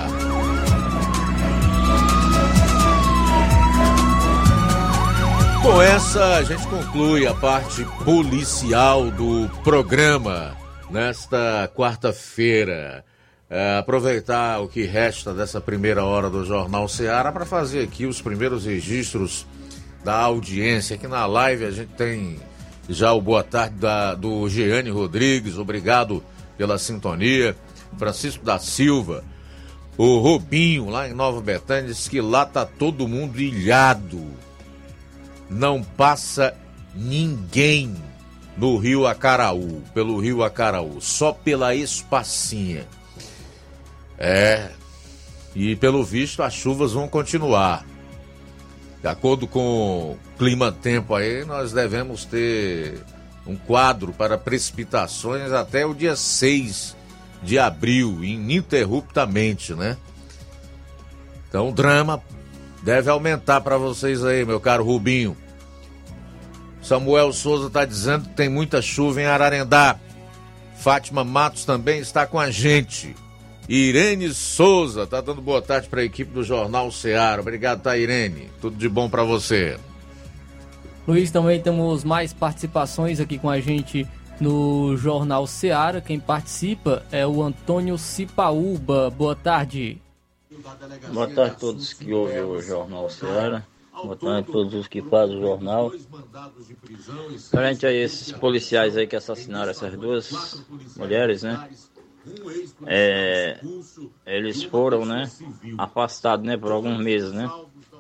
Com essa, a gente conclui a parte policial do programa nesta quarta-feira. É, aproveitar o que resta dessa primeira hora do Jornal Ceará para fazer aqui os primeiros registros da audiência. Aqui na live a gente tem já o boa tarde da, do Jeane Rodrigues, obrigado pela sintonia. Francisco da Silva, o Robinho lá em Nova Betânia diz que lá tá todo mundo ilhado, não passa ninguém no Rio Acaraú, pelo Rio Acaraú, só pela Espacinha. É, e pelo visto as chuvas vão continuar. De acordo com o clima-tempo aí, nós devemos ter um quadro para precipitações até o dia seis de abril, ininterruptamente, né? Então o drama deve aumentar para vocês aí, meu caro Rubinho. Samuel Souza está dizendo que tem muita chuva em Ararendá. Fátima Matos também está com a gente. Irene Souza está dando boa tarde para a equipe do Jornal Ceará. Obrigado, tá, Irene? Tudo de bom para você. Luiz, também temos mais participações aqui com a gente no Jornal Ceará. Quem participa é o Antônio Cipaúba. Boa tarde. Boa tarde a todos que ouvem o Jornal Ceará. boa tarde a todos os que fazem o jornal. Frente a esses policiais aí que assassinaram essas duas mulheres, né? É, eles foram, né, afastados, né, por alguns meses, né?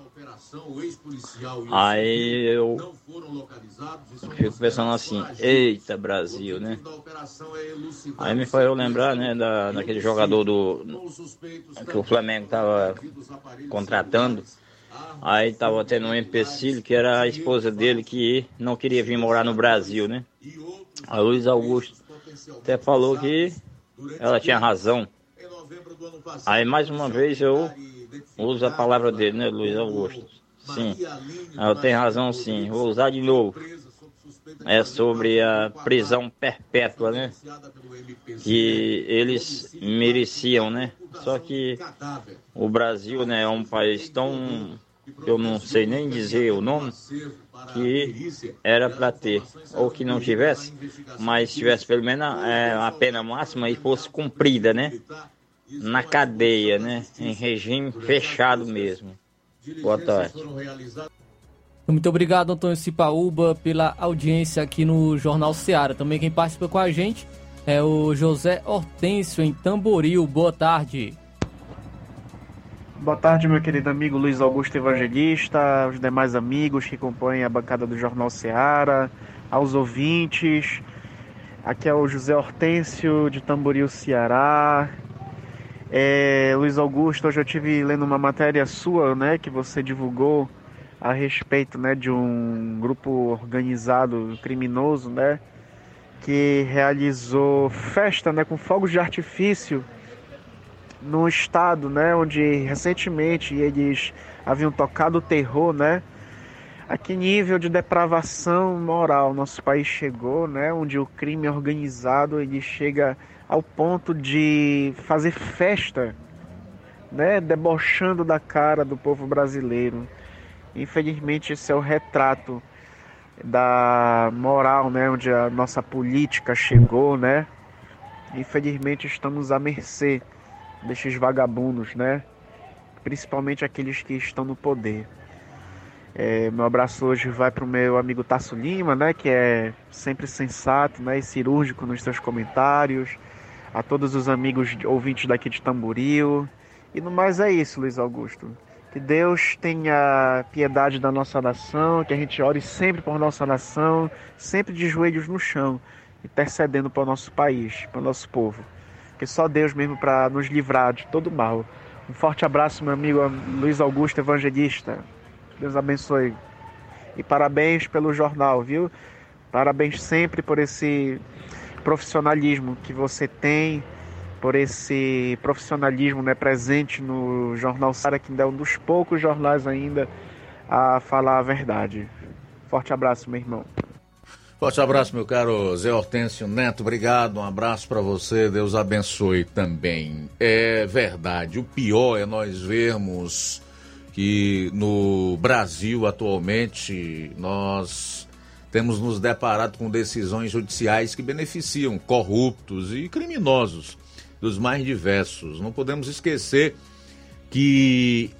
Aí eu fico pensando assim, eita Brasil, né? Aí me faz eu lembrar, né, da, daquele jogador do que o Flamengo tava contratando. Aí tava tendo um empecilho que era a esposa dele que não queria vir morar no Brasil, né? A Luiz Augusto até falou que ela tinha razão. Aí mais uma vez eu uso a palavra dele, né, Luiz Augusto? Sim, ela tem razão sim. Vou usar de novo. É sobre a prisão perpétua, né? Que eles mereciam, né? Só que o Brasil, né, é um país tão... eu não sei nem dizer o nome, que era para ter, ou que não tivesse, mas tivesse pelo menos é, a pena máxima e fosse cumprida, né? Na cadeia, né? Em regime fechado mesmo. Boa tarde. Muito obrigado, Antônio Cipaúba, pela audiência aqui no Jornal Seara. Também quem participa com a gente é o José Hortêncio, em Tamboril. Boa tarde. Boa tarde, meu querido amigo Luiz Augusto Evangelista, os demais amigos que compõem a bancada do Jornal Seara, aos ouvintes. Aqui é o José Hortêncio, de Tamboril, Ceará. É, Luiz Augusto, hoje eu estive lendo uma matéria sua, né, que você divulgou a respeito, né, de um grupo organizado criminoso, né, que realizou festa, né, com fogos de artifício no estado, né, onde recentemente eles haviam tocado o terror, né? A que nível de depravação moral nosso país chegou, né? Onde o crime organizado ele chega ao ponto de fazer festa, né? Debochando da cara do povo brasileiro. Infelizmente esse é o retrato da moral, né? Onde a nossa política chegou, né? Infelizmente estamos à mercê destes vagabundos, né? Principalmente aqueles que estão no poder. É, meu abraço hoje vai para o meu amigo Tasso Lima, né? Que é sempre sensato, né? E cirúrgico nos seus comentários. A todos os amigos ouvintes daqui de Tamboril. E no mais é isso, Luiz Augusto. Que Deus tenha piedade da nossa nação, que a gente ore sempre por nossa nação, sempre de joelhos no chão, intercedendo para o nosso país, para o nosso povo. Que só Deus mesmo para nos livrar de todo mal. Um forte abraço, meu amigo Luiz Augusto Evangelista. Deus abençoe. E parabéns pelo jornal, viu? Parabéns sempre por esse profissionalismo que você tem, por esse profissionalismo, né, presente no Jornal Seara, que ainda é um dos poucos jornais ainda a falar a verdade. Forte abraço, meu irmão. Forte abraço, meu caro Zé Hortêncio Neto, obrigado, um abraço para você, Deus abençoe também. É verdade, o pior é nós vermos que no Brasil atualmente nós temos nos deparado com decisões judiciais que beneficiam corruptos e criminosos dos mais diversos. Não podemos esquecer que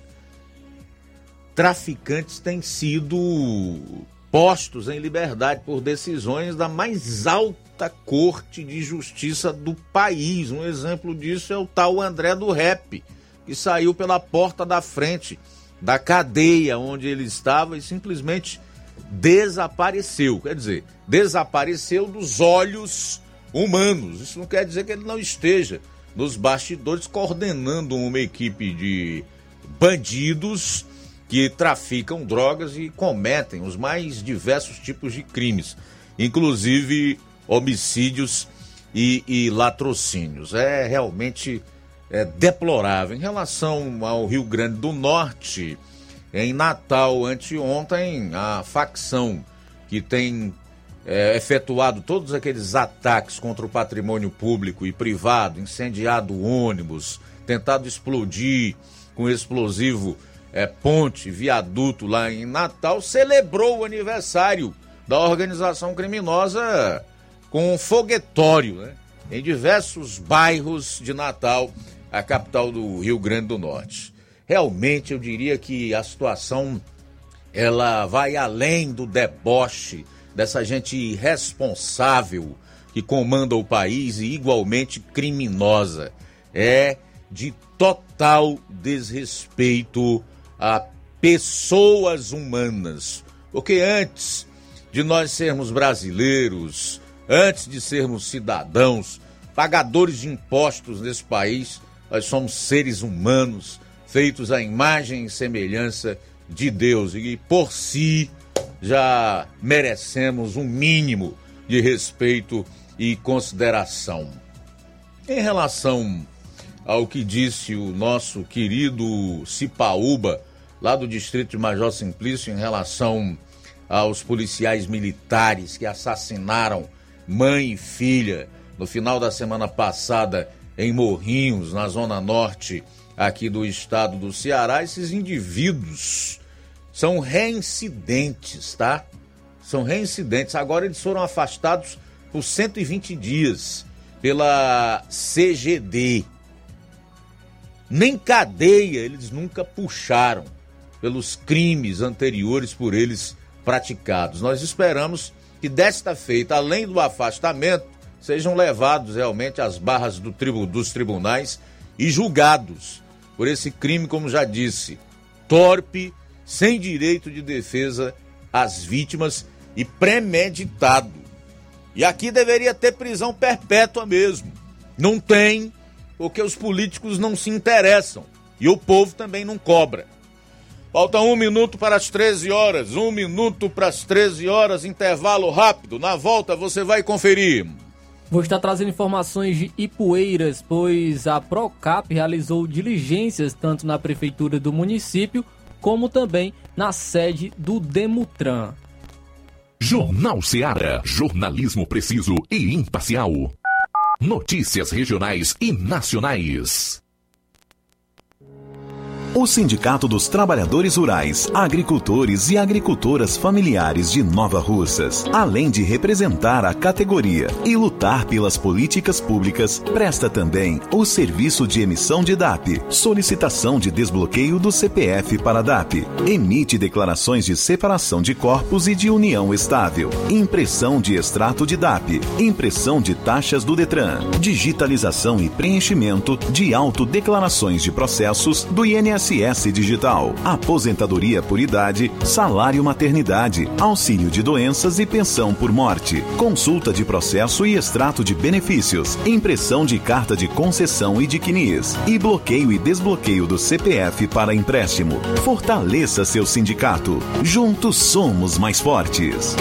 traficantes têm sido postos em liberdade por decisões da mais alta corte de justiça do país. Um exemplo disso é o tal André do Rap, que saiu pela porta da frente da cadeia onde ele estava e simplesmente desapareceu. Quer dizer, desapareceu dos olhos humanos. Isso não quer dizer que ele não esteja nos bastidores coordenando uma equipe de bandidos que traficam drogas e cometem os mais diversos tipos de crimes, inclusive homicídios e, e latrocínios. É realmente é, deplorável. Em relação ao Rio Grande do Norte, em Natal, anteontem, a facção que tem é, efetuado todos aqueles ataques contra o patrimônio público e privado, incendiado ônibus, tentado explodir com explosivo É, ponte, viaduto lá em Natal, celebrou o aniversário da organização criminosa com um foguetório, né, em diversos bairros de Natal, a capital do Rio Grande do Norte. Realmente eu diria que a situação ela vai além do deboche dessa gente irresponsável que comanda o país e igualmente criminosa. É de total desrespeito a pessoas humanas. Porque antes de nós sermos brasileiros, antes de sermos cidadãos, pagadores de impostos nesse país, nós somos seres humanos, feitos à imagem e semelhança de Deus. E por si já merecemos um mínimo de respeito e consideração. Em relação ao que disse o nosso querido Cipaúba, lá do distrito de Major Simplício, em relação aos policiais militares que assassinaram mãe e filha no final da semana passada em Morrinhos, na zona norte aqui do estado do Ceará, esses indivíduos são reincidentes, tá? São reincidentes. Agora eles foram afastados por cento e vinte dias pela C G D. Nem cadeia eles nunca puxaram pelos crimes anteriores por eles praticados. Nós esperamos que desta feita, além do afastamento, sejam levados realmente às barras do tribu, dos tribunais e julgados por esse crime, como já disse, torpe, sem direito de defesa às vítimas e premeditado. E aqui deveria ter prisão perpétua mesmo. Não tem, porque os políticos não se interessam e o povo também não cobra. Falta um minuto para as treze horas, um minuto para as treze horas, intervalo rápido. Na volta você vai conferir. Vou estar trazendo informações de Ipueiras, pois a Procap realizou diligências tanto na prefeitura do município, como também na sede do Demutran. Jornal Ceará, jornalismo preciso e imparcial. Notícias regionais e nacionais. O Sindicato dos Trabalhadores Rurais, Agricultores e Agricultoras Familiares de Nova Russas, além de representar a categoria e lutar pelas políticas públicas, presta também o serviço de emissão de D A P, solicitação de desbloqueio do C P F para D A P, emite declarações de separação de corpos e de união estável, impressão de extrato de D A P, impressão de taxas do Detran, digitalização e preenchimento de autodeclarações de processos do I N S S Digital, aposentadoria por idade, salário maternidade, auxílio de doenças e pensão por morte, consulta de processo e extrato de benefícios, impressão de carta de concessão e de C N I S, e bloqueio e desbloqueio do C P F para empréstimo. Fortaleça seu sindicato. Juntos somos mais fortes.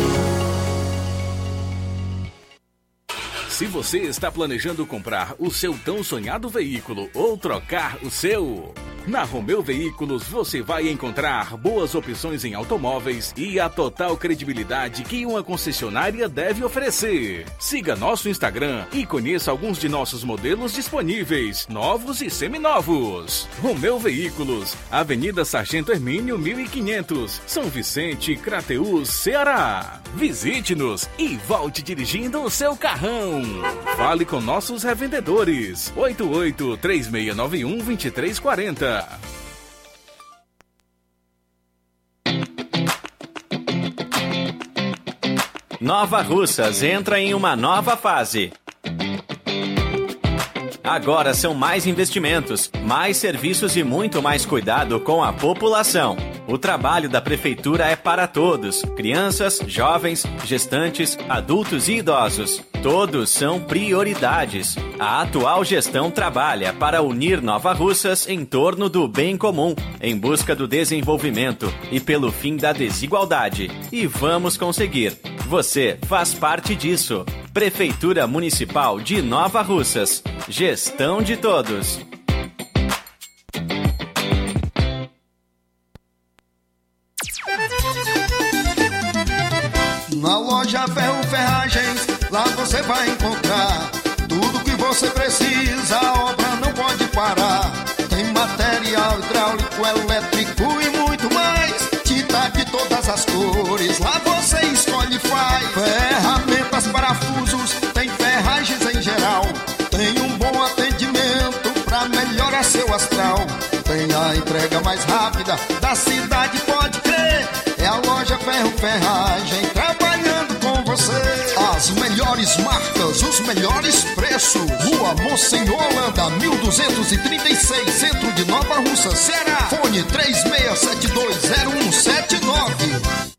Se você está planejando comprar o seu tão sonhado veículo ou trocar o seu, na Romeu Veículos você vai encontrar boas opções em automóveis e a total credibilidade que uma concessionária deve oferecer. Siga nosso Instagram e conheça alguns de nossos modelos disponíveis, novos e seminovos. Romeu Veículos, Avenida Sargento Hermínio mil e quinhentos, São Vicente, Crateús, Ceará. Visite-nos e volte dirigindo o seu carrão. Fale com nossos revendedores. oito oito, três seis nove um, dois três quatro zero. Nova Russas entra em uma nova fase. Agora são mais investimentos, mais serviços e muito mais cuidado com a população. O trabalho da Prefeitura é para todos, crianças, jovens, gestantes, adultos e idosos. Todos são prioridades. A atual gestão trabalha para unir Nova Russas em torno do bem comum, em busca do desenvolvimento e pelo fim da desigualdade. E vamos conseguir. Você faz parte disso. Prefeitura Municipal de Nova Russas. Gestão de todos. Na loja Ferro Ferragens, lá você vai encontrar tudo que você precisa, a obra não pode parar. Tem material hidráulico, elétrico e muito mais. Tinta de todas as cores, lá você escolhe e faz. Ferramentas, parafusos, tem ferragens em geral. Tem um bom atendimento pra melhorar seu astral. Tem a entrega mais rápida da cidade, pode crer. os melhores preços. Rua Monsenhor Holanda, mil duzentos e trinta e seis, centro de Nova Russa, Ceará. Fone três seis sete dois zero um sete nove.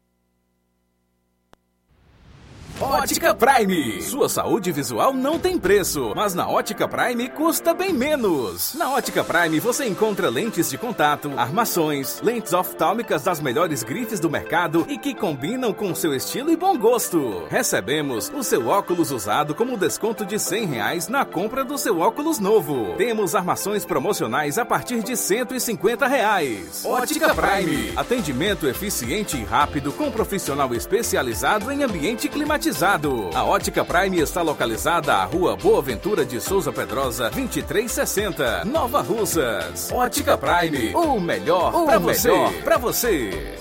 Ótica Prime. Sua saúde visual não tem preço, mas na Ótica Prime custa bem menos. Na Ótica Prime você encontra lentes de contato, armações, lentes oftálmicas das melhores grifes do mercado e que combinam com seu estilo e bom gosto. Recebemos o seu óculos usado como desconto de cem reais na compra do seu óculos novo. Temos armações promocionais a partir de cento e cinquenta reais. Ótica Prime. Atendimento eficiente e rápido com profissional especializado em ambiente climatizado. A Ótica Prime está localizada à Rua Boa Ventura de Souza Pedrosa, vinte e três sessenta, Nova Russas. Ótica Prime, o melhor para você. Pra você.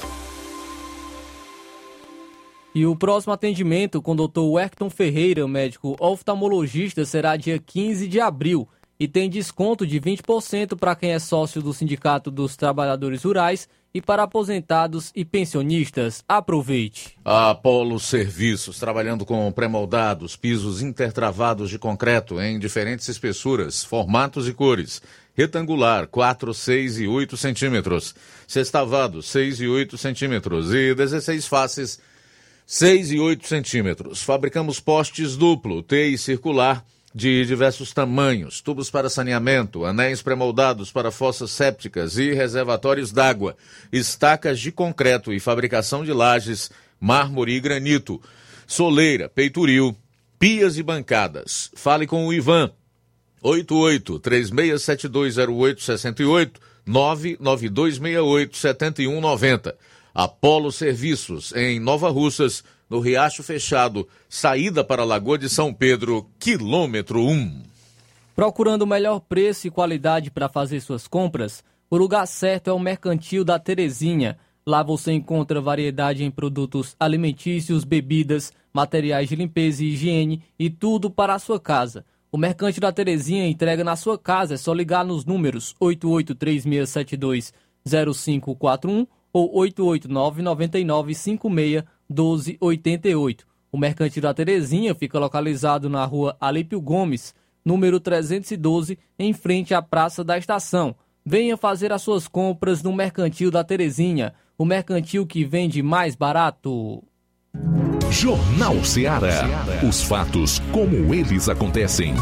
E o próximo atendimento com o doutor Werkton Ferreira, médico oftalmologista, será dia quinze de abril e tem desconto de vinte por cento para quem é sócio do Sindicato dos Trabalhadores Rurais e para aposentados e pensionistas. Aproveite. A Polo Serviços, trabalhando com pré-moldados, pisos intertravados de concreto em diferentes espessuras, formatos e cores. Retangular, quatro, seis e oito centímetros. Sextavado, seis e oito centímetros. E dezesseis faces, seis e oito centímetros. Fabricamos postes duplo, T e circular, de diversos tamanhos, tubos para saneamento, anéis pré-moldados para fossas sépticas e reservatórios d'água, estacas de concreto e fabricação de lajes, mármore e granito, soleira, peitoril, pias e bancadas. Fale com o Ivan, oito oito, três seis sete dois zero oito seis oito, nove nove dois seis oito sete um nove zero. Apolo Serviços, em Nova Russas, no Riacho Fechado, saída para a Lagoa de São Pedro, quilômetro um. Procurando o melhor preço e qualidade para fazer suas compras? O lugar certo é o Mercantil da Terezinha. Lá você encontra variedade em produtos alimentícios, bebidas, materiais de limpeza e higiene e tudo para a sua casa. O Mercantil da Terezinha entrega na sua casa, é só ligar nos números oito oito três seis sete dois zero cinco quatro um ou oito oito nove nove nove cinco seis um dois oito oito. O Mercantil da Terezinha fica localizado na rua Alípio Gomes, número trezentos e doze, em frente à Praça da Estação. Venha fazer as suas compras no Mercantil da Terezinha, o mercantil que vende mais barato. Jornal Ceará. Os fatos como eles acontecem.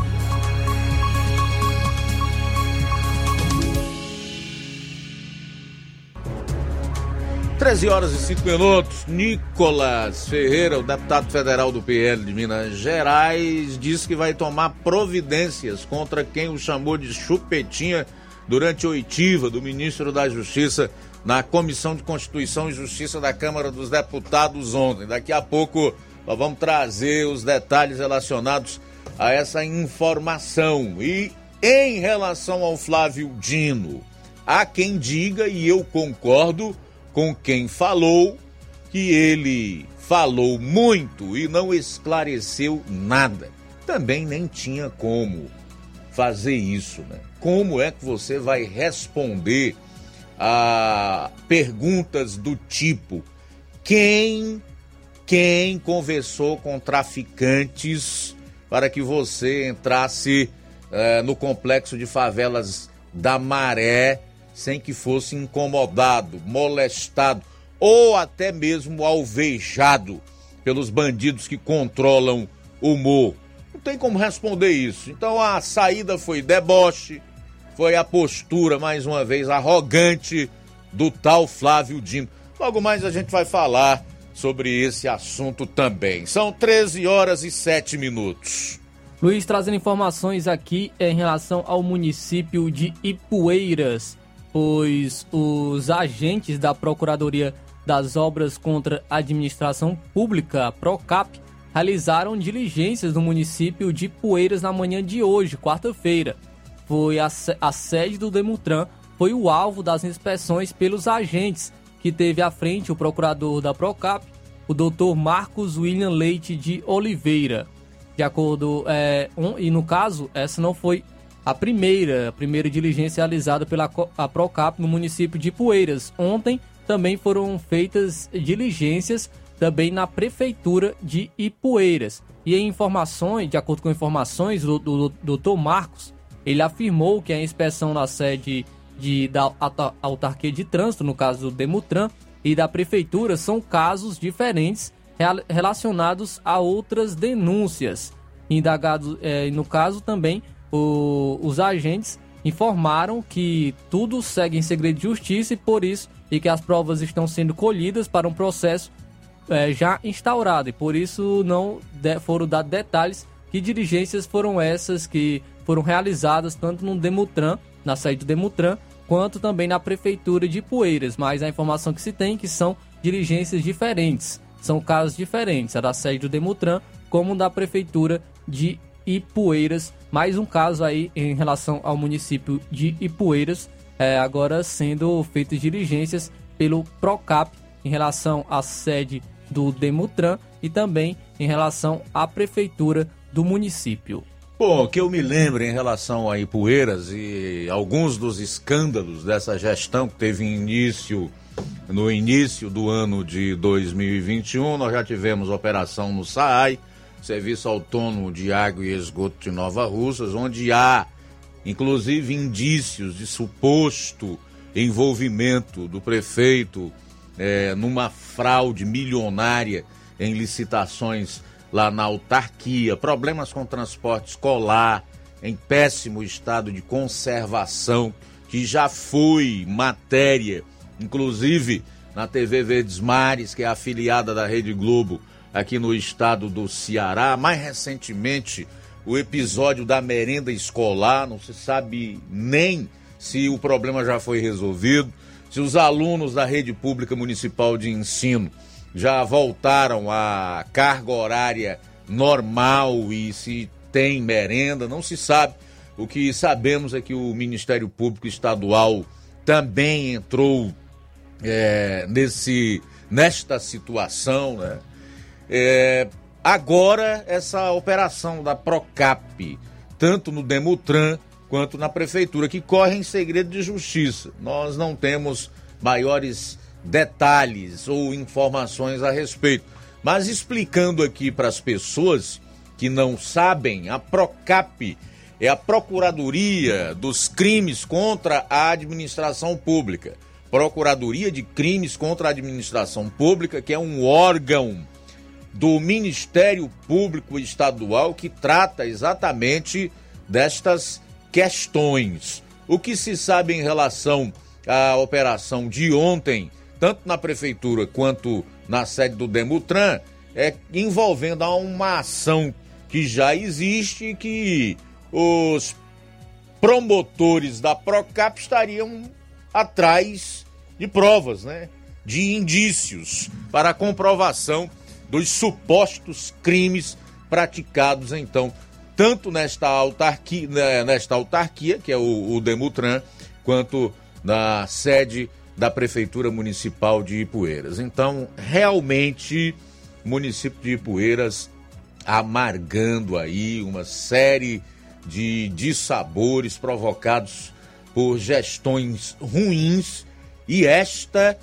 treze horas e cinco minutos. Nicolas Ferreira, o deputado federal do P L de Minas Gerais, disse que vai tomar providências contra quem o chamou de chupetinha durante a oitiva do ministro da Justiça na Comissão de Constituição e Justiça da Câmara dos Deputados ontem. Daqui a pouco nós vamos trazer os detalhes relacionados a essa informação. E em relação ao Flávio Dino, há quem diga, e eu concordo com quem falou, que ele falou muito e não esclareceu nada. Também nem tinha como fazer isso, né? Como é que você vai responder a perguntas do tipo: quem, quem conversou com traficantes para que você entrasse eh, no complexo de favelas da Maré sem que fosse incomodado, molestado ou até mesmo alvejado pelos bandidos que controlam o morro? Não tem como responder isso. Então a saída foi deboche, foi a postura, mais uma vez, arrogante do tal Flávio Dino. Logo mais a gente vai falar sobre esse assunto também. São treze horas e sete minutos. Luiz, trazendo informações aqui em relação ao município de Ipueiras, pois os agentes da Procuradoria das Obras contra a Administração Pública, Procap, realizaram diligências no município de Ipueiras na manhã de hoje, quarta-feira. Foi a, a sede do Demutran, foi o alvo das inspeções pelos agentes, que teve à frente o procurador da Procap, o doutor Marcos William Leite de Oliveira. De acordo, é, um, e no caso, essa não foi a primeira, a primeira diligência realizada pela a Procap no município de Ipueiras. Ontem também foram feitas diligências também na Prefeitura de Ipueiras. E em informações, de acordo com informações do, do, do doutor Marcos, ele afirmou que a inspeção na sede de, da autarquia de trânsito, no caso do Demutran, e da Prefeitura, são casos diferentes relacionados a outras denúncias. Indagados, é, no caso também, o, os agentes informaram que tudo segue em segredo de justiça e por isso, e que as provas estão sendo colhidas para um processo é, já instaurado, e por isso não de, foram dados detalhes que diligências foram essas que foram realizadas tanto no Demutran, na sede do Demutran, quanto também na Prefeitura de Ipueiras, mas a informação que se tem é que são diligências diferentes, são casos diferentes, a da sede do Demutran como da Prefeitura de Ipueiras. Mais um caso aí em relação ao município de Ipueiras, é, agora sendo feitas diligências pelo Procap em relação à sede do Demutran e também em relação à Prefeitura do município. Bom, que eu me lembro em relação a Ipueiras e alguns dos escândalos dessa gestão que teve início no início do ano de dois mil e vinte e um, nós já tivemos operação no SAAI, Serviço Autônomo de Água e Esgoto de Nova Russas, onde há, inclusive, indícios de suposto envolvimento do prefeito é, numa fraude milionária em licitações lá na autarquia, problemas com transporte escolar em péssimo estado de conservação, que já foi matéria, inclusive na T V Verdes Mares, que é afiliada da Rede Globo aqui no estado do Ceará. Mais recentemente, o episódio da merenda escolar, não se sabe nem se o problema já foi resolvido, se os alunos da Rede Pública Municipal de Ensino já voltaram à carga horária normal e se tem merenda, não se sabe. O que sabemos é que o Ministério Público Estadual também entrou é, nesse, nesta situação, né? É, agora, essa operação da Procap, tanto no Demutran quanto na Prefeitura, que corre em segredo de justiça. Nós não temos maiores detalhes ou informações a respeito. Mas explicando aqui para as pessoas que não sabem, a Procap é a Procuradoria dos Crimes contra a Administração Pública. Procuradoria de Crimes contra a Administração Pública, que é um órgão do Ministério Público Estadual que trata exatamente destas questões. O que se sabe em relação à operação de ontem, tanto na Prefeitura quanto na sede do Demutran, é envolvendo uma ação que já existe, que os promotores da Procap estariam atrás de provas, né? De indícios para a comprovação dos supostos crimes praticados, então, tanto nesta autarquia, nesta autarquia que é o, o Demutran, quanto na sede da Prefeitura Municipal de Ipueiras. Então, realmente, o município de Ipueiras amargando aí uma série de dissabores provocados por gestões ruins, e esta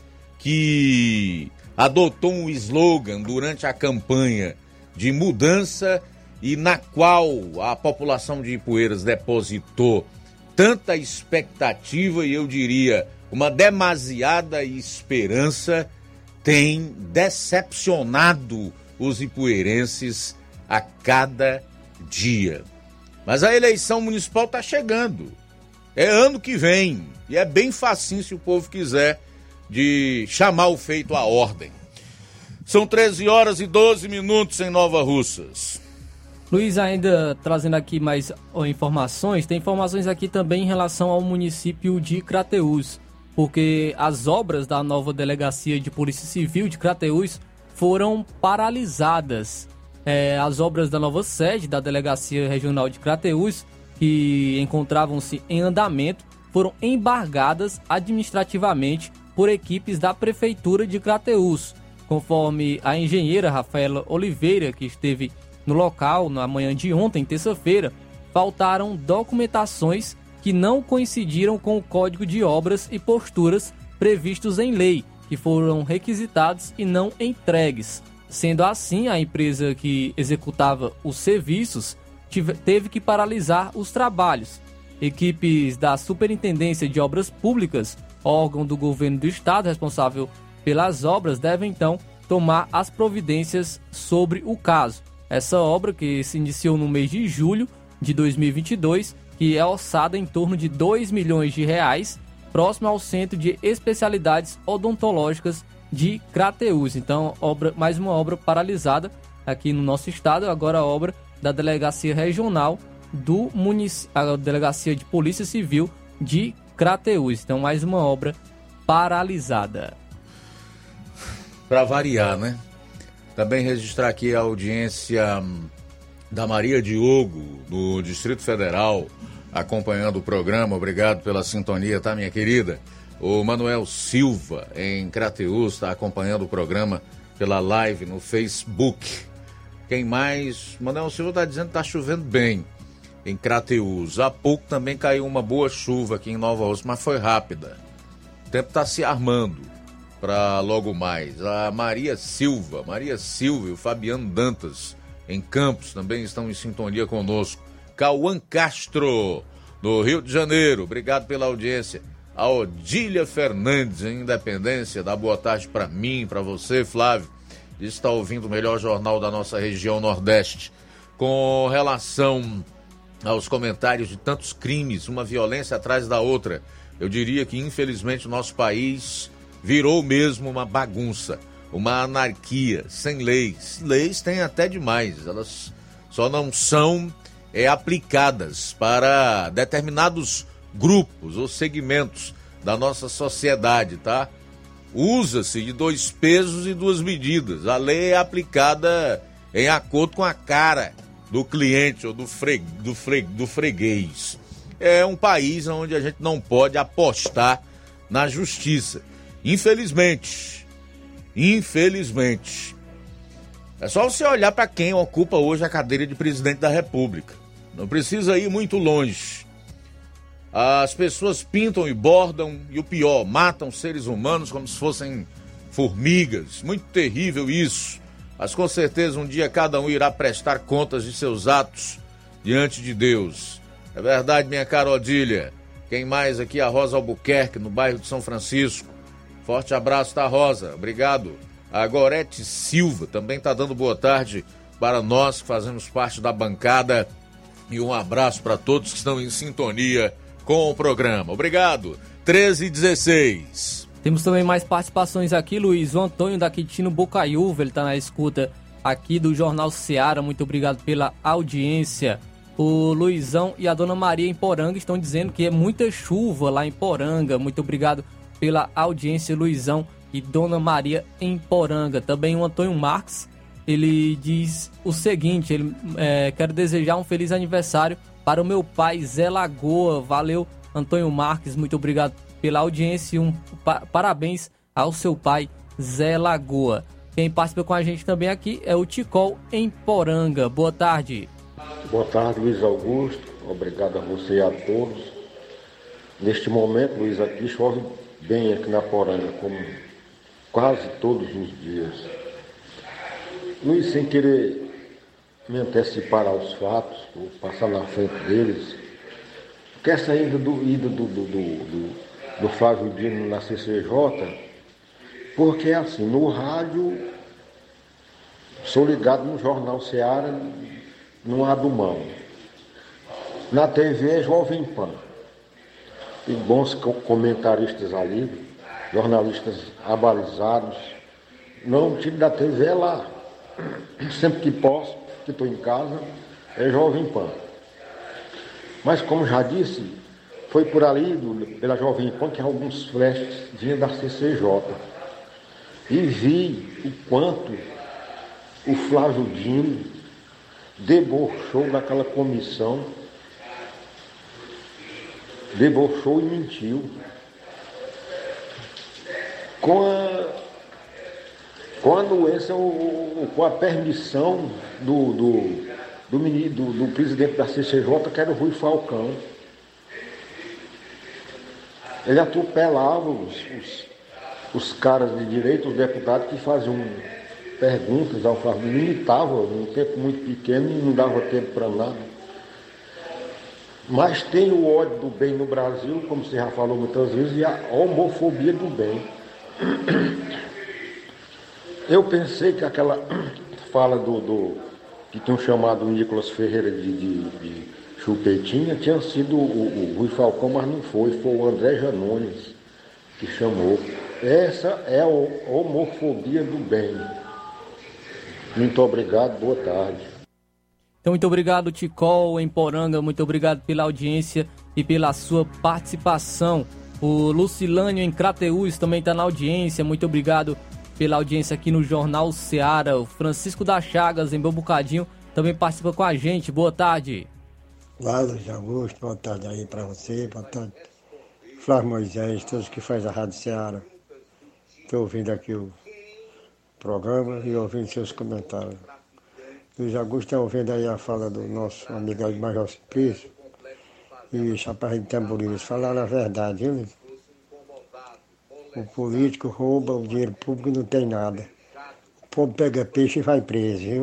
que adotou um slogan durante a campanha de mudança e na qual a população de Ipueiras depositou tanta expectativa e, eu diria, uma demasiada esperança, tem decepcionado os ipueirenses a cada dia. Mas a eleição municipal está chegando. É ano que vem. E é bem facinho, se o povo quiser, de chamar o feito à ordem. São treze horas e doze minutos em Nova Russas. Luiz, ainda trazendo aqui mais informações, tem informações aqui também em relação ao município de Crateús, porque as obras da nova delegacia de Polícia Civil de Crateús foram paralisadas. É, as obras da nova sede da Delegacia Regional de Crateús, que encontravam-se em andamento, foram embargadas administrativamente por equipes da Prefeitura de Crateús, conforme a engenheira Rafaela Oliveira, que esteve no local na manhã de ontem, terça-feira. Faltaram documentações que não coincidiram com o Código de Obras e Posturas previstos em lei, que foram requisitados e não entregues. Sendo assim, a empresa que executava os serviços tive, teve que paralisar os trabalhos. Equipes da Superintendência de Obras Públicas, órgão do governo do estado responsável pelas obras, devem então tomar as providências sobre o caso. Essa obra, que se iniciou no mês de julho de dois mil e vinte e dois, que é orçada em torno de dois milhões de reais, próximo ao Centro de Especialidades Odontológicas de Crateús. Então, obra, mais uma obra paralisada aqui no nosso estado, agora a obra da Delegacia Regional do Município, a Delegacia de Polícia Civil de Crateús. Então, mais uma obra paralisada. Para variar, né? Também registrar aqui a audiência da Maria Diogo, do Distrito Federal, acompanhando o programa. Obrigado pela sintonia, tá, minha querida? O Manuel Silva, em Crateús, está acompanhando o programa pela live no Facebook. Quem mais? Manuel Silva está dizendo que está chovendo bem em Crateús. Há pouco também caiu uma boa chuva aqui em Nova Rússia, mas foi rápida. O tempo está se armando para logo mais. A Maria Silva, Maria Silva e o Fabiano Dantas, em Campos, também estão em sintonia conosco. Cauã Castro, no Rio de Janeiro, obrigado pela audiência. A Odília Fernandes, em Independência, dá boa tarde para mim, para você, Flávio. Diz que está ouvindo o melhor jornal da nossa região Nordeste. Com relação aos comentários de tantos crimes, uma violência atrás da outra, eu diria que, infelizmente, o nosso país virou mesmo uma bagunça, uma anarquia, sem leis. Leis tem até demais, elas só não são é, aplicadas para determinados grupos ou segmentos da nossa sociedade, tá? Usa-se de dois pesos e duas medidas. A lei é aplicada em acordo com a cara do cliente ou do, fre... do, fre... do freguês. É um país onde a gente não pode apostar na justiça. Infelizmente. Infelizmente. É só você olhar para quem ocupa hoje a cadeira de presidente da República. Não precisa ir muito longe. As pessoas pintam e bordam e o pior, matam seres humanos como se fossem formigas. Muito terrível isso. Mas com certeza um dia cada um irá prestar contas de seus atos diante de Deus. É verdade, minha cara Odília. Quem mais aqui? A Rosa Albuquerque, no bairro de São Francisco. Forte abraço, tá, Rosa? Obrigado. A Gorete Silva também está dando boa tarde para nós que fazemos parte da bancada. E um abraço para todos que estão em sintonia com o programa. Obrigado. treze e dezesseis. Temos também mais participações aqui, Luiz. O Antônio da Quintino Bocaiúva, ele está na escuta aqui do Jornal Seara. Muito obrigado pela audiência. O Luizão e a Dona Maria em Poranga estão dizendo que é muita chuva lá em Poranga. Muito obrigado pela audiência, Luizão e Dona Maria em Poranga. Também o Antônio Marques, ele diz o seguinte, ele é, quer desejar um feliz aniversário para o meu pai Zé Lagoa. Valeu, Antônio Marques, muito obrigado pela audiência e um pa- parabéns ao seu pai Zé Lagoa. Quem participa com a gente também aqui é o Ticol em Poranga. Boa tarde. Boa tarde, Luiz Augusto. Obrigado a você e a todos. Neste momento, Luiz, aqui chove bem aqui na Poranga, como quase todos os dias. Luiz, sem querer me antecipar aos fatos, ou passar na frente deles, que essa ida do, ida do, do, do, do, do Flávio Dino na C C J, porque assim, no rádio, sou ligado no Jornal Seara, não há do mão. Na T V é Jovem Pan. E bons comentaristas ali, jornalistas abalizados. Não, o time da T V é lá. Sempre que posso, que estou em casa, é Jovem Pan. Mas como já disse, foi por ali, do, pela Jovem Pan, que alguns flashes vinham da C C J. E vi o quanto o Flávio Dino debochou daquela comissão, debochou e mentiu. Com a, com a anuência, com a permissão do, do, do, do, do presidente da C C J, que era o Rui Falcão. Ele atropelava os, os, os caras de direito, os deputados que faziam perguntas ao Flávio, limitavam num tempo muito pequeno e não dava tempo para nada. Mas tem o ódio do bem no Brasil, como você já falou muitas vezes, e a homofobia do bem. Eu pensei que aquela fala do, do que tinham chamado o Nicolas Ferreira de, de, de chupetinha tinha sido o, o Rui Falcão, mas não foi, foi o André Janones que chamou. Essa é a homofobia do bem. Muito obrigado, boa tarde. Então, muito obrigado, Ticol, em Poranga, muito obrigado pela audiência e pela sua participação. O Lucilânio, em Crateús, também está na audiência, muito obrigado pela audiência aqui no Jornal Seara. O Francisco das Chagas, em Bocadinho, também participa com a gente, boa tarde. Olá, Luiz Augusto, boa tarde aí para você, boa tarde. Flávio Moisés, todos que faz a Rádio Seara. Estou ouvindo aqui o programa e ouvindo seus comentários. Luiz Augusto está ouvindo aí a fala do nosso amigo Major Simplício e Chaparral de Tamboril. Falaram a verdade, viu? O político rouba o dinheiro público e não tem nada. O povo pega peixe e vai preso, viu?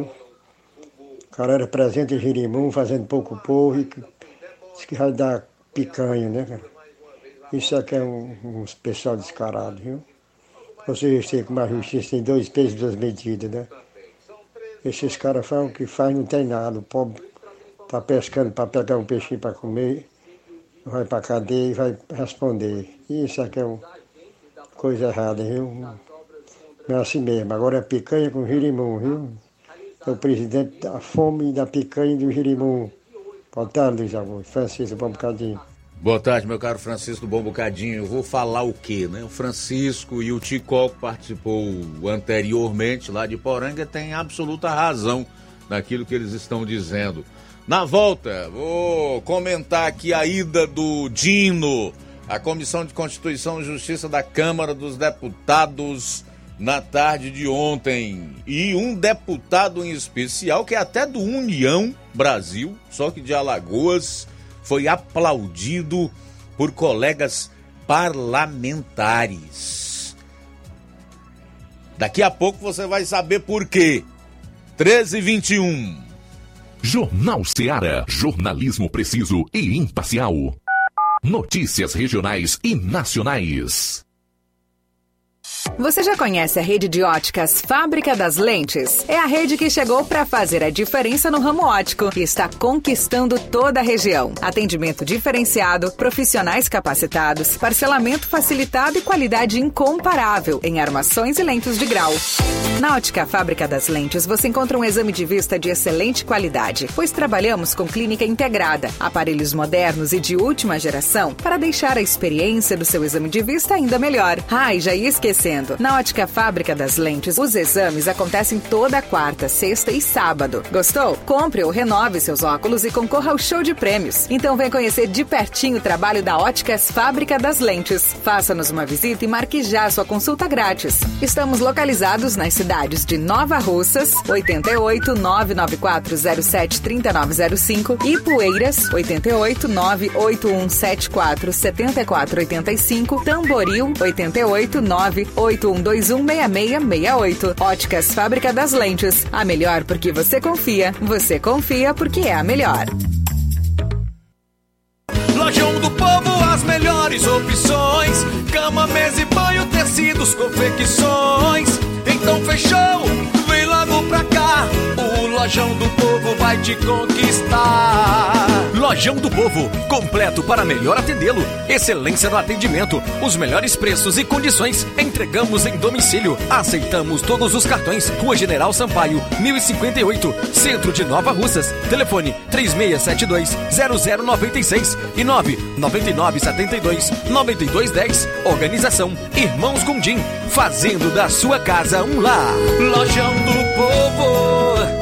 O cara era presente em Jerimum, fazendo pouco povo e disse que vai dar picanha, né, cara? Isso aqui é um, um pessoal descarado, viu? Você sei como a justiça tem dois pesos e duas medidas, né? Esses caras falam que faz, não tem nada. O pobre está pescando para pegar um peixinho para comer, vai para a cadeia e vai responder. Isso aqui é uma coisa errada, viu? Não é assim mesmo. Agora é picanha com girimum, viu? É o presidente da fome da picanha e do girimum. Boa tarde, Luiz Augusto. Francisco, bom bocadinho. Boa tarde, meu caro Francisco do Bom Bocadinho. Eu vou falar o quê, né? O Francisco e o Ticol, que participou anteriormente lá de Poranga, têm absoluta razão naquilo que eles estão dizendo. Na volta, vou comentar aqui a ida do Dino à Comissão de Constituição e Justiça da Câmara dos Deputados na tarde de ontem. E um deputado em especial, que é até do União Brasil, só que de Alagoas, foi aplaudido por colegas parlamentares. Daqui a pouco você vai saber por quê. treze e vinte e um. Jornal Seara. Jornalismo preciso e imparcial. Notícias regionais e nacionais. Você já conhece a rede de óticas Fábrica das Lentes? É a rede que chegou para fazer a diferença no ramo óptico e está conquistando toda a região. Atendimento diferenciado, profissionais capacitados, parcelamento facilitado e qualidade incomparável em armações e lentes de grau. Na Ótica Fábrica das Lentes você encontra um exame de vista de excelente qualidade, pois trabalhamos com clínica integrada, aparelhos modernos e de última geração para deixar a experiência do seu exame de vista ainda melhor. Ah, e já ia esquecendo. Na Ótica Fábrica das Lentes, os exames acontecem toda quarta, sexta e sábado. Gostou? Compre ou renove seus óculos e concorra ao show de prêmios. Então vem conhecer de pertinho o trabalho da Óticas Fábrica das Lentes. Faça-nos uma visita e marque já sua consulta grátis. Estamos localizados nas cidades de Nova Russas, oito oito, nove nove quatro zero sete, três nove zero cinco e Poeiras, oito oito, nove oito um sete quatro, sete quatro oito cinco, Tamboril, oito oito, nove oito um dois um seis seis seis oito. Óticas Fábrica das Lentes. A melhor porque você confia. Você confia porque é a melhor. Lojão do Povo, as melhores opções: cama, mesa e banho, tecidos, confecções. Então fechou, vem logo pra cá. O Lojão do Povo vai te conquistar. Lojão do Povo, completo para melhor atendê-lo. Excelência no atendimento, os melhores preços e condições. Entregamos em domicílio. Aceitamos todos os cartões. Rua General Sampaio, mil e cinquenta e oito, Centro de Nova Russas. Telefone três seis sete dois, zero zero nove seis e nove nove nove sete dois, nove dois um zero. Organização Irmãos Gondim, fazendo da sua casa um lar. Lojão do Povo.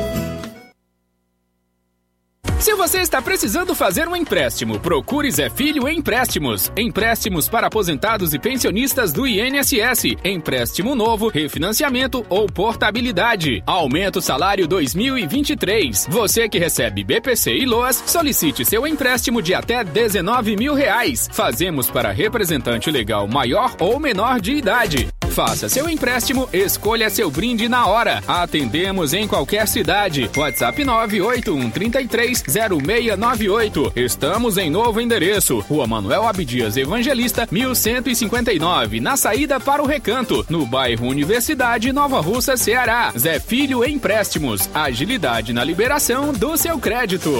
Se você está precisando fazer um empréstimo, procure Zé Filho Empréstimos. Empréstimos para aposentados e pensionistas do I N S S. Empréstimo novo, refinanciamento ou portabilidade. Aumento salário dois mil e vinte e três. Você que recebe B P C e L O A S, solicite seu empréstimo de até dezenove mil reais. Fazemos para representante legal maior ou menor de idade. Faça seu empréstimo, escolha seu brinde na hora. Atendemos em qualquer cidade. WhatsApp nove oito um três três zero seis nove oito. Estamos em novo endereço. Rua Manuel Abdias Evangelista, mil cento e cinquenta e nove, na saída para o Recanto, no bairro Universidade, Nova Russa, Ceará. Zé Filho Empréstimos. Agilidade na liberação do seu crédito.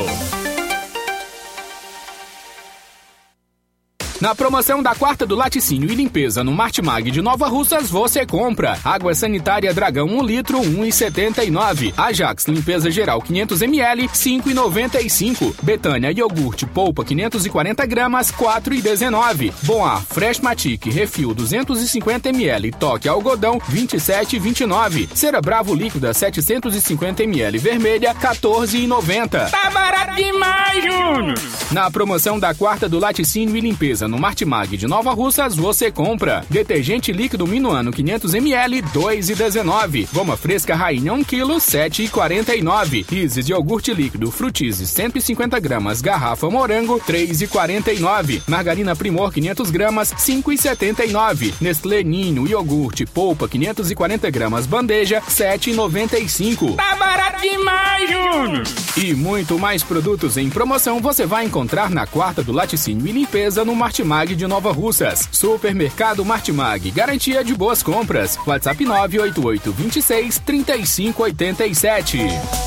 Na promoção da quarta do laticínio e limpeza no Martimag de Nova Russas, você compra água sanitária Dragão um litro, um real e setenta e nove centavos. Ajax limpeza geral quinhentos mililitros, cinco reais e noventa e cinco centavos. Betânia iogurte polpa quinhentos e quarenta gramas, quatro reais e dezenove centavos. Boa Fresh Matic refil duzentos e cinquenta mililitros, toque algodão vinte e sete reais e vinte e nove centavos. Cera Bravo líquida setecentos e cinquenta mililitros vermelha, quatorze reais e noventa centavos. Tá barato demais, Júnior! Na promoção da quarta do laticínio e limpeza no Martimag de Nova Russas, você compra detergente líquido Minuano quinhentos mililitros, dois reais e dezenove centavos. Goma fresca Rainha um quilo, sete reais e quarenta e nove centavos. Isis iogurte líquido Frutizes cento e cinquenta gramas, garrafa morango, três reais e quarenta e nove centavos. Margarina Primor quinhentos gramas, cinco reais e setenta e nove centavos. Nestlé Ninho iogurte polpa quinhentos e quarenta gramas, bandeja, sete reais e noventa e cinco centavos. Tá barato demais, Júnior! E muito mais produtos em promoção você vai encontrar na quarta do laticínio e limpeza no Martimag de Nova Russas. Supermercado Martimag, garantia de boas compras. WhatsApp nove oito oito dois seis, três cinco oito sete.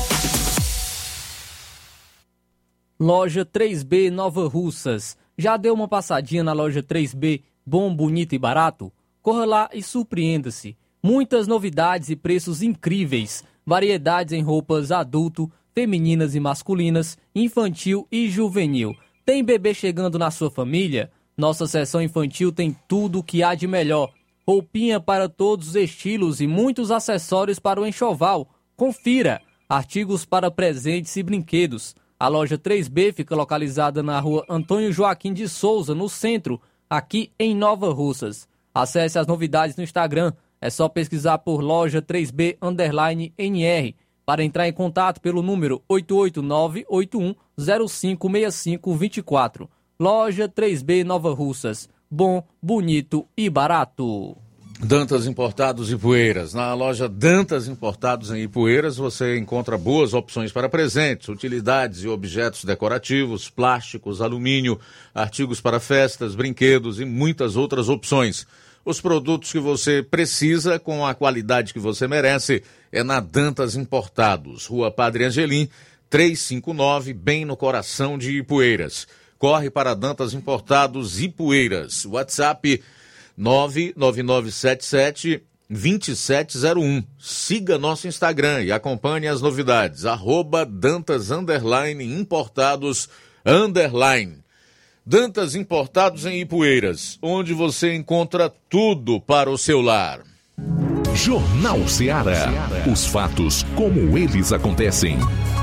Loja três B Nova Russas. Já deu uma passadinha na loja três B, bom, bonito e barato? Corra lá e surpreenda-se. Muitas novidades e preços incríveis. Variedades em roupas adulto, femininas e masculinas, infantil e juvenil. Tem bebê chegando na sua família? Nossa seção infantil tem tudo o que há de melhor. Roupinha para todos os estilos e muitos acessórios para o enxoval. Confira! Artigos para presentes e brinquedos. A loja três B fica localizada na rua Antônio Joaquim de Souza, no centro, aqui em Nova Russas. Acesse as novidades no Instagram. É só pesquisar por loja três B underline N R. Para entrar em contato pelo número oito oito nove oito um zero cinco seis cinco dois quatro. Loja três B Nova Russas. Bom, bonito e barato. Dantas Importados Ipueiras. Na loja Dantas Importados em Ipueiras você encontra boas opções para presentes, utilidades e objetos decorativos, plásticos, alumínio, artigos para festas, brinquedos e muitas outras opções. Os produtos que você precisa com a qualidade que você merece é na Dantas Importados, Rua Padre Angelim, trezentos e cinquenta e nove, bem no coração de Ipueiras. Corre para Dantas Importados Ipueiras. WhatsApp nove nove nove sete sete, dois sete zero um. Siga nosso Instagram e acompanhe as novidades. Arroba Dantas underline Importados underline. Dantas Importados em Ipueiras, onde você encontra tudo para o seu lar. Jornal Ceará. Os fatos como eles acontecem.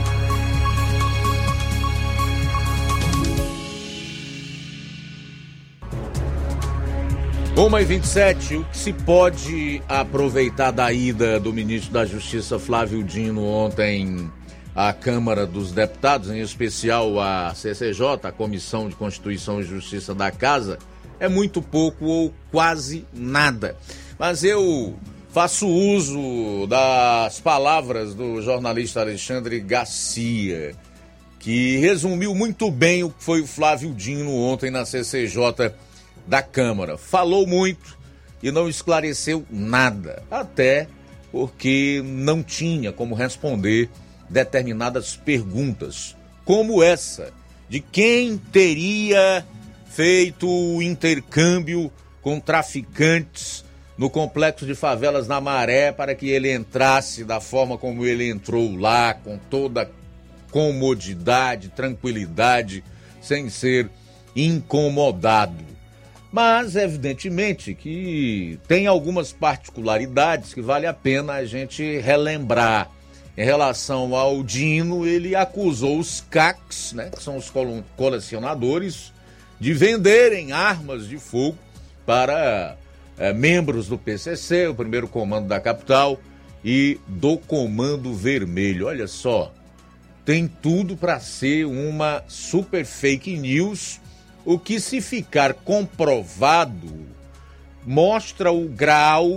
uma e vinte e sete, o que se pode aproveitar da ida do ministro da Justiça Flávio Dino ontem à Câmara dos Deputados, em especial a C C J, a Comissão de Constituição e Justiça da Casa, é muito pouco ou quase nada. Mas eu faço uso das palavras do jornalista Alexandre Garcia, que resumiu muito bem o que foi o Flávio Dino ontem na C C J da Câmara. Falou muito e não esclareceu nada, até porque não tinha como responder determinadas perguntas, como essa, de quem teria feito o intercâmbio com traficantes no complexo de favelas na Maré para que ele entrasse da forma como ele entrou lá, com toda comodidade, tranquilidade, sem ser incomodado. Mas, evidentemente, que tem algumas particularidades que vale a pena a gente relembrar. Em relação ao Dino, ele acusou os C A Cs, né, que são os colecionadores, de venderem armas de fogo para é, membros do P C C, o primeiro comando da capital, e do Comando Vermelho. Olha só, tem tudo para ser uma super fake news. O que, se ficar comprovado, mostra o grau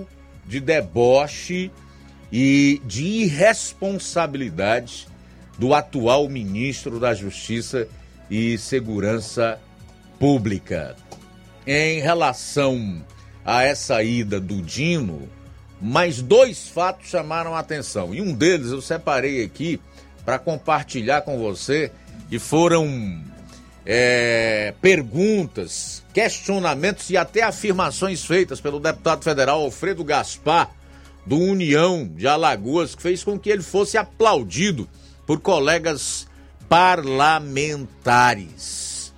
de deboche e de irresponsabilidade do atual ministro da Justiça e Segurança Pública. Em relação a essa ida do Dino, mais dois fatos chamaram a atenção. E um deles eu separei aqui para compartilhar com você, que foram é, perguntas, questionamentos e até afirmações feitas pelo deputado federal Alfredo Gaspar, do União de Alagoas, que fez com que ele fosse aplaudido por colegas parlamentares.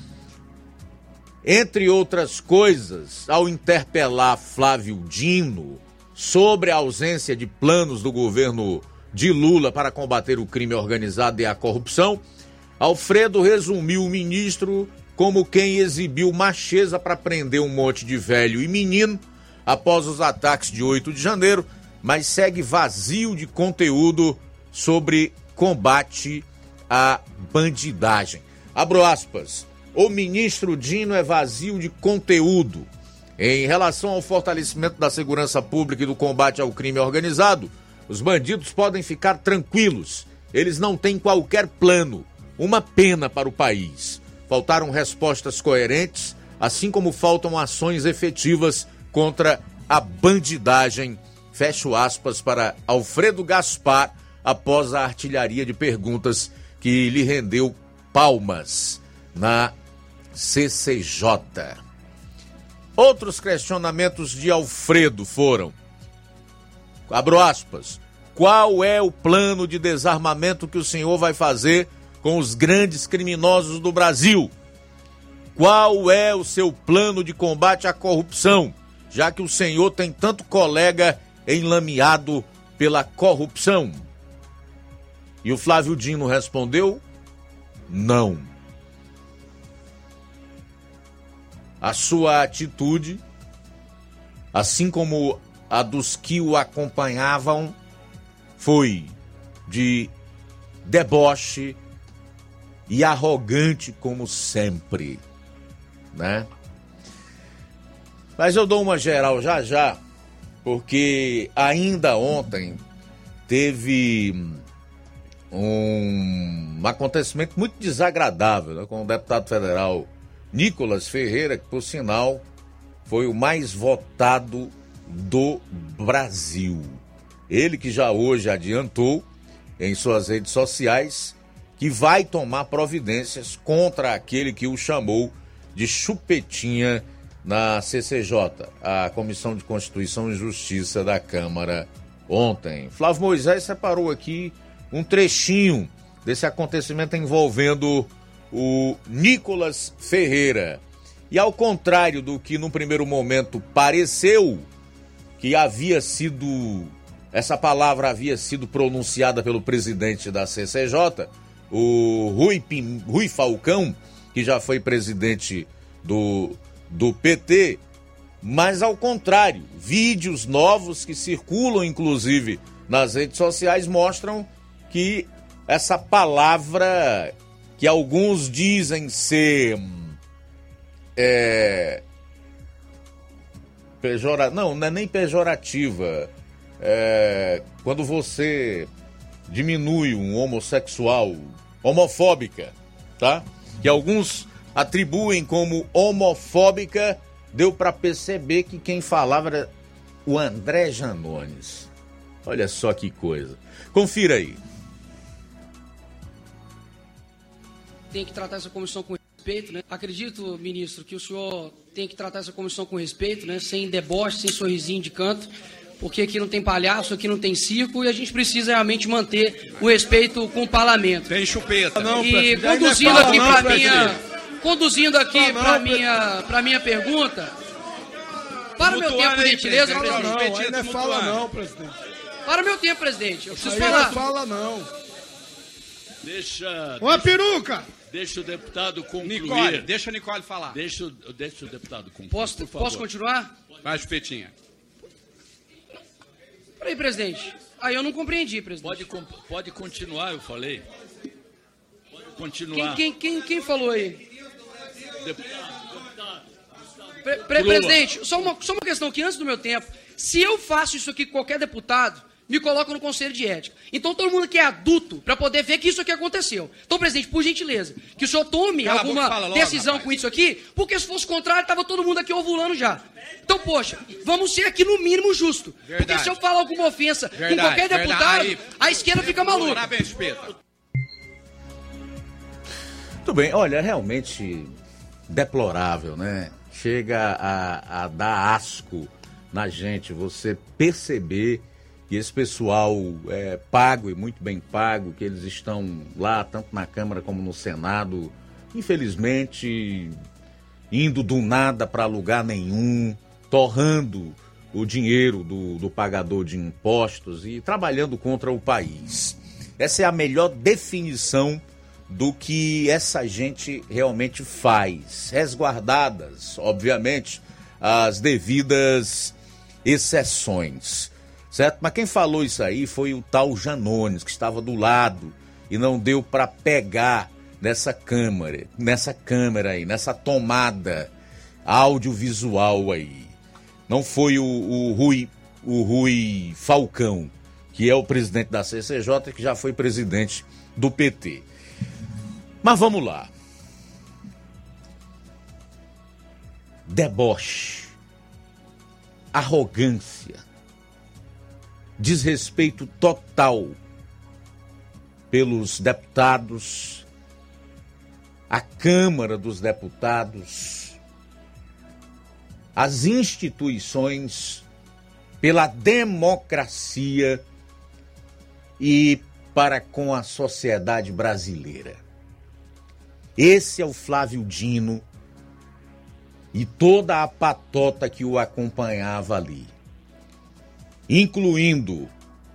Entre outras coisas, ao interpelar Flávio Dino sobre a ausência de planos do governo de Lula para combater o crime organizado e a corrupção, Alfredo resumiu o ministro como quem exibiu macheza para prender um monte de velho e menino após os ataques de oito de janeiro, mas segue vazio de conteúdo sobre combate à bandidagem. Abro aspas. O ministro Dino é vazio de conteúdo. Em relação ao fortalecimento da segurança pública e do combate ao crime organizado, os bandidos podem ficar tranquilos. Eles não têm qualquer plano. Uma pena para o país. Faltaram respostas coerentes, assim como faltam ações efetivas contra a bandidagem. Fecho aspas para Alfredo Gaspar, após a artilharia de perguntas que lhe rendeu palmas na C C J. Outros questionamentos de Alfredo foram, abro aspas, qual é o plano de desarmamento que o senhor vai fazer com os grandes criminosos do Brasil? Qual é o seu plano de combate à corrupção, já que o senhor tem tanto colega enlameado pela corrupção? E o Flávio Dino respondeu, não. A sua atitude, assim como a dos que o acompanhavam, foi de deboche e arrogante como sempre, né? Mas eu dou uma geral já já, porque ainda ontem teve um acontecimento muito desagradável, né, com o deputado federal Nicolas Ferreira, que por sinal foi o mais votado do Brasil. Ele que já hoje adiantou em suas redes sociais que vai tomar providências contra aquele que o chamou de chupetinha na C C J, a Comissão de Constituição e Justiça da Câmara, ontem. Flávio Moisés separou aqui um trechinho desse acontecimento envolvendo o Nicolas Ferreira. E ao contrário do que no primeiro momento pareceu que havia sido, essa palavra havia sido pronunciada pelo presidente da C C J, o Rui, Pim, Rui Falcão, que já foi presidente do, do P T, mas ao contrário, vídeos novos que circulam inclusive nas redes sociais mostram que essa palavra que alguns dizem ser é, pejora, não, não é nem pejorativa, é, quando você diminui um homossexual, homofóbica, tá? Que alguns atribuem como homofóbica, deu para perceber que quem falava era o André Janones. Olha só que coisa. Confira aí. Tem que tratar essa comissão com respeito, né? Acredito, ministro, que o senhor tem que tratar essa comissão com respeito, né? Sem deboche, sem sorrisinho de canto, porque aqui não tem palhaço, aqui não tem circo e a gente precisa realmente manter o respeito com o parlamento. Tem chupeta. Não, e conduzindo aqui para minha, conduzindo aqui para minha, para minha pergunta. Para o meu tempo, por gentileza, presidente. Não, aí não é fala não, presidente. Para o meu tempo, presidente. Eu preciso aí falar. Não fala não. Deixa. Uma peruca! Deixa o deputado concluir. Nicole, deixa a Nicole falar. Deixa, deixa o deputado concluir. Posso, por favor. posso continuar? Vai, chupetinha. Peraí, presidente. Aí eu não compreendi, presidente. Pode, pode continuar, eu falei. Pode continuar. Quem, quem, quem, quem falou aí? Deputado, deputado, deputado, Pre pre presidente, só uma, só uma questão que antes do meu tempo, se eu faço isso aqui com qualquer deputado, me colocam no Conselho de Ética. Então todo mundo que é adulto para poder ver que isso aqui aconteceu. Então, presidente, por gentileza, que o senhor tome Cala alguma boca, logo, decisão rapaz. com isso aqui, porque se fosse contrário, estava todo mundo aqui ovulando já. Então, poxa, vamos ser aqui no mínimo justo. Verdade. Porque se eu falar alguma ofensa verdade, com qualquer deputado, aí, a esquerda fica maluca. Parabéns, Pedro. Muito bem, olha, realmente deplorável, né? Chega a, a dar asco na gente, você perceber que esse pessoal é pago e muito bem pago, que eles estão lá, tanto na Câmara como no Senado, infelizmente, indo do nada para lugar nenhum, torrando o dinheiro do, do pagador de impostos e trabalhando contra o país. Essa é a melhor definição do que essa gente realmente faz, resguardadas, obviamente, as devidas exceções, certo? Mas quem falou isso aí foi o tal Janones, que estava do lado e não deu para pegar nessa câmera, nessa câmera aí, nessa tomada audiovisual aí. Não foi o, o, Rui, o Rui Falcão, que é o presidente da C C J, que já foi presidente do P T. Mas vamos lá. Deboche, arrogância, desrespeito total pelos deputados, a Câmara dos Deputados, as instituições, pela democracia e para com a sociedade brasileira. Esse é o Flávio Dino e toda a patota que o acompanhava ali, incluindo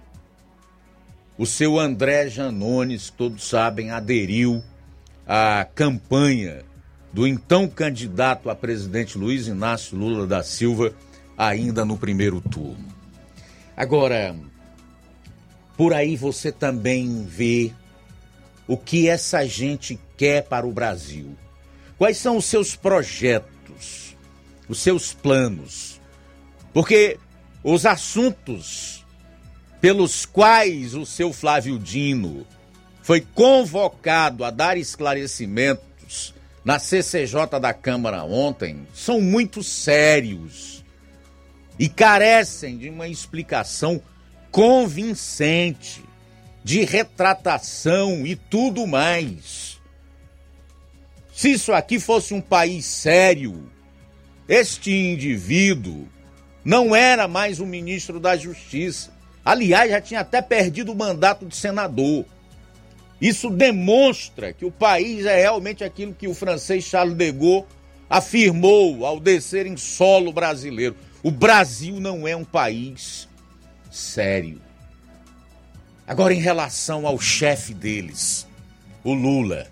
o seu André Janones, todos sabem, aderiu à campanha do então candidato a presidente Luiz Inácio Lula da Silva, ainda no primeiro turno. Agora, por aí você também vê o que essa gente quer para o Brasil. Quais são os seus projetos, os seus planos? Porque os assuntos pelos quais o seu Flávio Dino foi convocado a dar esclarecimentos na C C J da Câmara ontem são muito sérios e carecem de uma explicação convincente, de retratação e tudo mais. Se isso aqui fosse um país sério, este indivíduo não era mais o ministro da Justiça. Aliás, já tinha até perdido o mandato de senador. Isso demonstra que o país é realmente aquilo que o francês Charles de Gaulle afirmou ao descer em solo brasileiro. O Brasil não é um país sério. Agora, em relação ao chefe deles, o Lula,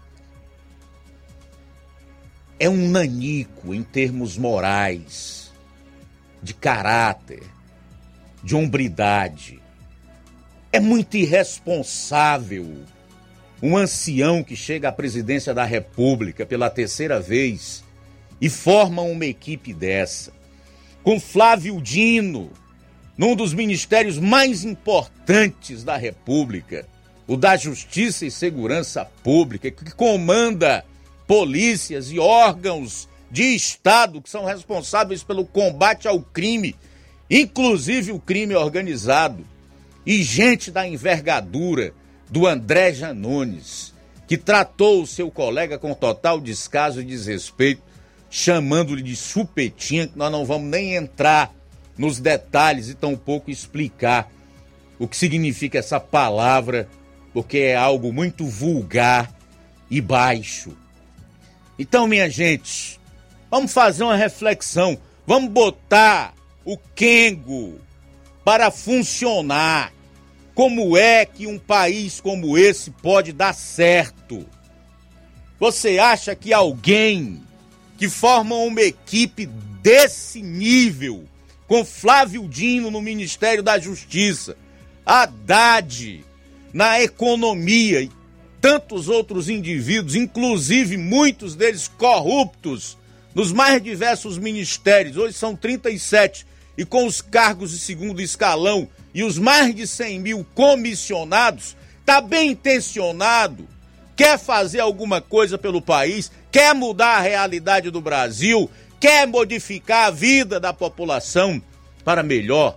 é um nanico em termos morais, de caráter, de hombridade. É muito irresponsável um ancião que chega à presidência da República pela terceira vez e forma uma equipe dessa, com Flávio Dino, num dos ministérios mais importantes da República, o da Justiça e Segurança Pública, que comanda polícias e órgãos de Estado que são responsáveis pelo combate ao crime, inclusive o crime organizado, e gente da envergadura do André Janones, que tratou o seu colega com total descaso e desrespeito, chamando-lhe de chupetinha, que nós não vamos nem entrar nos detalhes e tampouco explicar o que significa essa palavra, porque é algo muito vulgar e baixo. Então, minha gente, vamos fazer uma reflexão, vamos botar o Kengo para funcionar. Como é que um país como esse pode dar certo? Você acha que alguém que forma uma equipe desse nível, com Flávio Dino no Ministério da Justiça, Haddad na economia e tantos outros indivíduos, inclusive muitos deles corruptos nos mais diversos ministérios, hoje são trinta e sete, e com os cargos de segundo escalão e os mais de cem mil comissionados, está bem intencionado, quer fazer alguma coisa pelo país, quer mudar a realidade do Brasil, quer modificar a vida da população para melhor?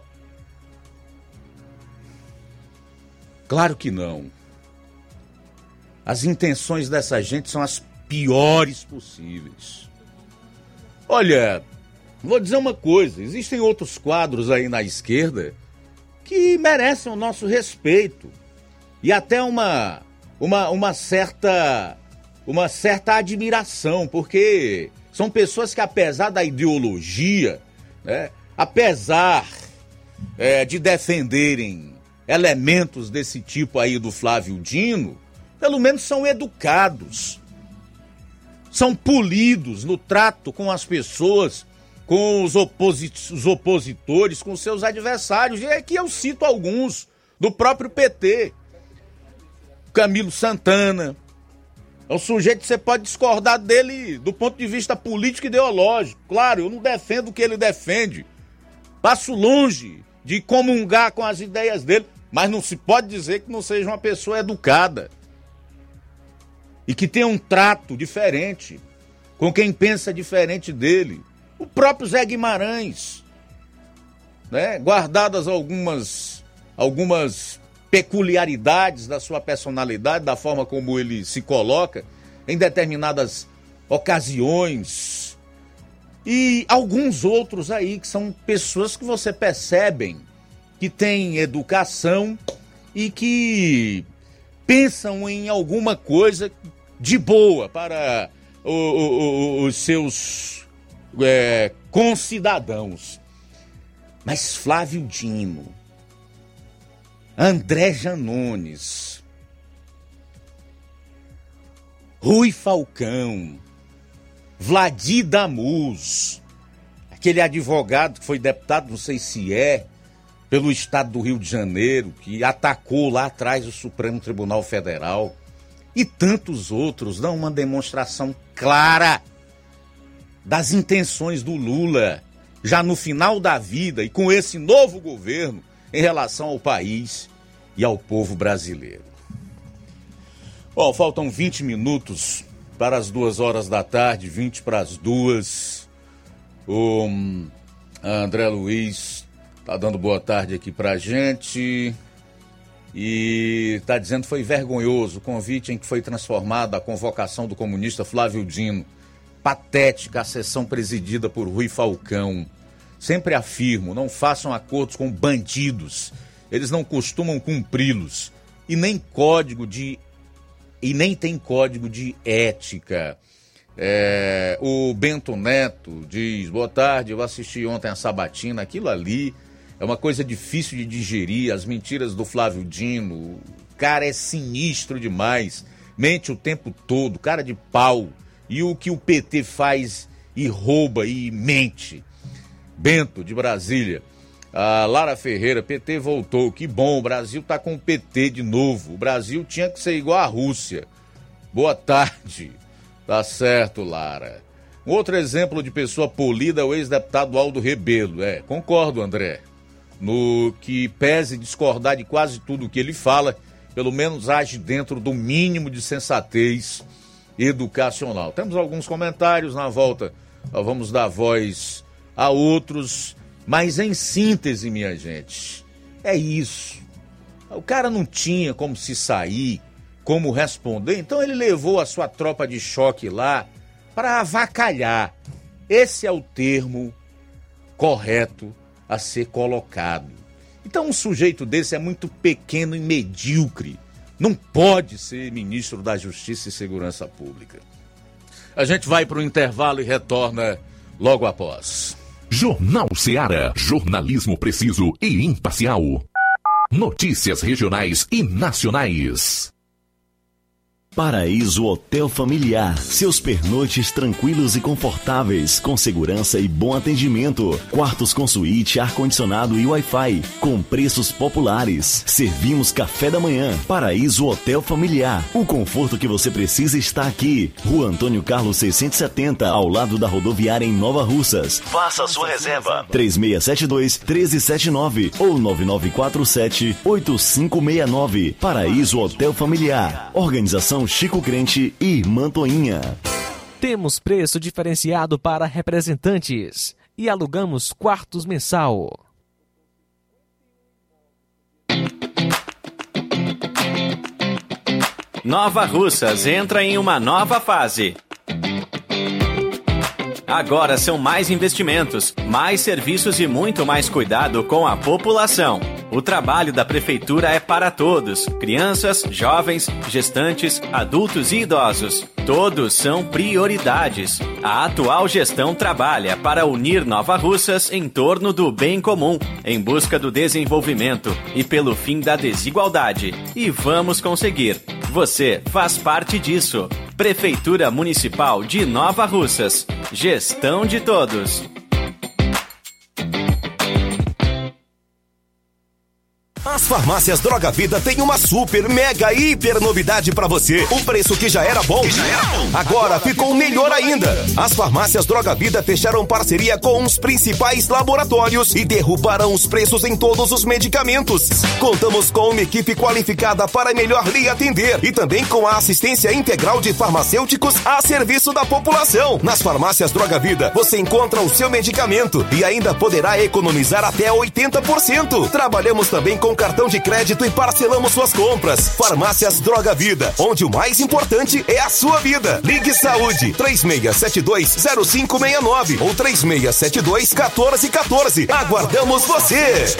Claro que não. As intenções dessa gente são as piores possíveis. Olha, vou dizer uma coisa, existem outros quadros aí na esquerda que merecem o nosso respeito e até uma, uma, uma, certa, uma certa admiração, porque são pessoas que, apesar da ideologia, né, apesar é, de defenderem elementos desse tipo aí do Flávio Dino, pelo menos são educados, são polidos no trato com as pessoas, com os, oposi- os opositores, com seus adversários. E aqui eu cito alguns do próprio P T. Camilo Santana. É um sujeito que você pode discordar dele do ponto de vista político e ideológico. Claro, eu não defendo o que ele defende. Passo longe de comungar com as ideias dele, mas não se pode dizer que não seja uma pessoa educada e que tenha um trato diferente com quem pensa diferente dele. O próprio Zé Guimarães, né? Guardadas algumas, algumas peculiaridades da sua personalidade, da forma como ele se coloca em determinadas ocasiões, e alguns outros aí que são pessoas que você percebem que têm educação e que pensam em alguma coisa de boa para o, o, os seus é, concidadãos. Mas Flávio Dino, André Janones, Rui Falcão, Vladir Damus, aquele advogado que foi deputado, não sei se é, pelo estado do Rio de Janeiro, que atacou lá atrás o Supremo Tribunal Federal, e tantos outros, dão uma demonstração clara das intenções do Lula, já no final da vida e com esse novo governo, em relação ao país e ao povo brasileiro. Bom, faltam vinte minutos para as duas horas da tarde, vinte para as duas. O André Luiz está dando boa tarde aqui pra gente e está dizendo que foi vergonhoso o convite em que foi transformada a convocação do comunista Flávio Dino. Patética a sessão presidida por Rui Falcão. Sempre afirmo, não façam acordos com bandidos. Eles não costumam cumpri-los. E nem código de... E nem tem código de ética. É, o Bento Neto diz, boa tarde, eu assisti ontem a Sabatina, aquilo ali é uma coisa difícil de digerir, as mentiras do Flávio Dino, o cara é sinistro demais, mente o tempo todo, cara de pau, e o que o P T faz e rouba e mente. Bento, de Brasília. A Lara Ferreira, P T voltou, que bom, o Brasil tá com o P T de novo, o Brasil tinha que ser igual à Rússia. Boa tarde. Tá certo, Lara. Um outro exemplo de pessoa polida é o ex-deputado Aldo Rebelo. É, concordo, André. No que pese discordar de quase tudo que ele fala, pelo menos age dentro do mínimo de sensatez educacional. Temos alguns comentários, na volta nós vamos dar voz a outros, mas em síntese, minha gente, é isso. O cara não tinha como se sair, como responder, então ele levou a sua tropa de choque lá para avacalhar. Esse é o termo correto a ser colocado. Então um sujeito desse é muito pequeno e medíocre. Não pode ser ministro da Justiça e Segurança Pública. A gente vai para o intervalo e retorna logo após. Jornal Ceará, jornalismo preciso e imparcial. Notícias regionais e nacionais. Paraíso Hotel Familiar. Seus pernoites tranquilos e confortáveis, com segurança e bom atendimento. Quartos com suíte, ar-condicionado e Wi-Fi, com preços populares. Servimos café da manhã. Paraíso Hotel Familiar. O conforto que você precisa está aqui. Rua Antônio Carlos seiscentos e setenta, ao lado da rodoviária em Nova Russas. Faça a sua reserva. três seis sete dois, um três sete nove ou nove nove quatro sete, oito cinco seis nove. Paraíso Hotel Familiar. Organização Chico Crente e Mantoinha. Temos preço diferenciado para representantes e alugamos quartos mensal. Nova Russas entra em uma nova fase. Agora são mais investimentos, mais serviços e muito mais cuidado com a população. O trabalho da Prefeitura é para todos: crianças, jovens, gestantes, adultos e idosos. Todos são prioridades. A atual gestão trabalha para unir Nova Russas em torno do bem comum, em busca do desenvolvimento e pelo fim da desigualdade. E vamos conseguir. Você faz parte disso. Prefeitura Municipal de Nova Russas. Gestão de todos. As farmácias Droga Vida têm uma super, mega, hiper novidade pra você. O preço que já era bom, que já era bom. Agora ficou melhor ainda. As farmácias Droga Vida fecharam parceria com os principais laboratórios e derrubaram os preços em todos os medicamentos. Contamos com uma equipe qualificada para melhor lhe atender e também com a assistência integral de farmacêuticos a serviço da população. Nas farmácias Droga Vida, você encontra o seu medicamento e ainda poderá economizar até oitenta por cento. Trabalhamos também com cartão de crédito e parcelamos suas compras. Farmácias Droga Vida, onde o mais importante é a sua vida. Ligue Saúde três seis sete dois, zero cinco seis nove ou três seis sete dois, um quatro um quatro. Aguardamos você!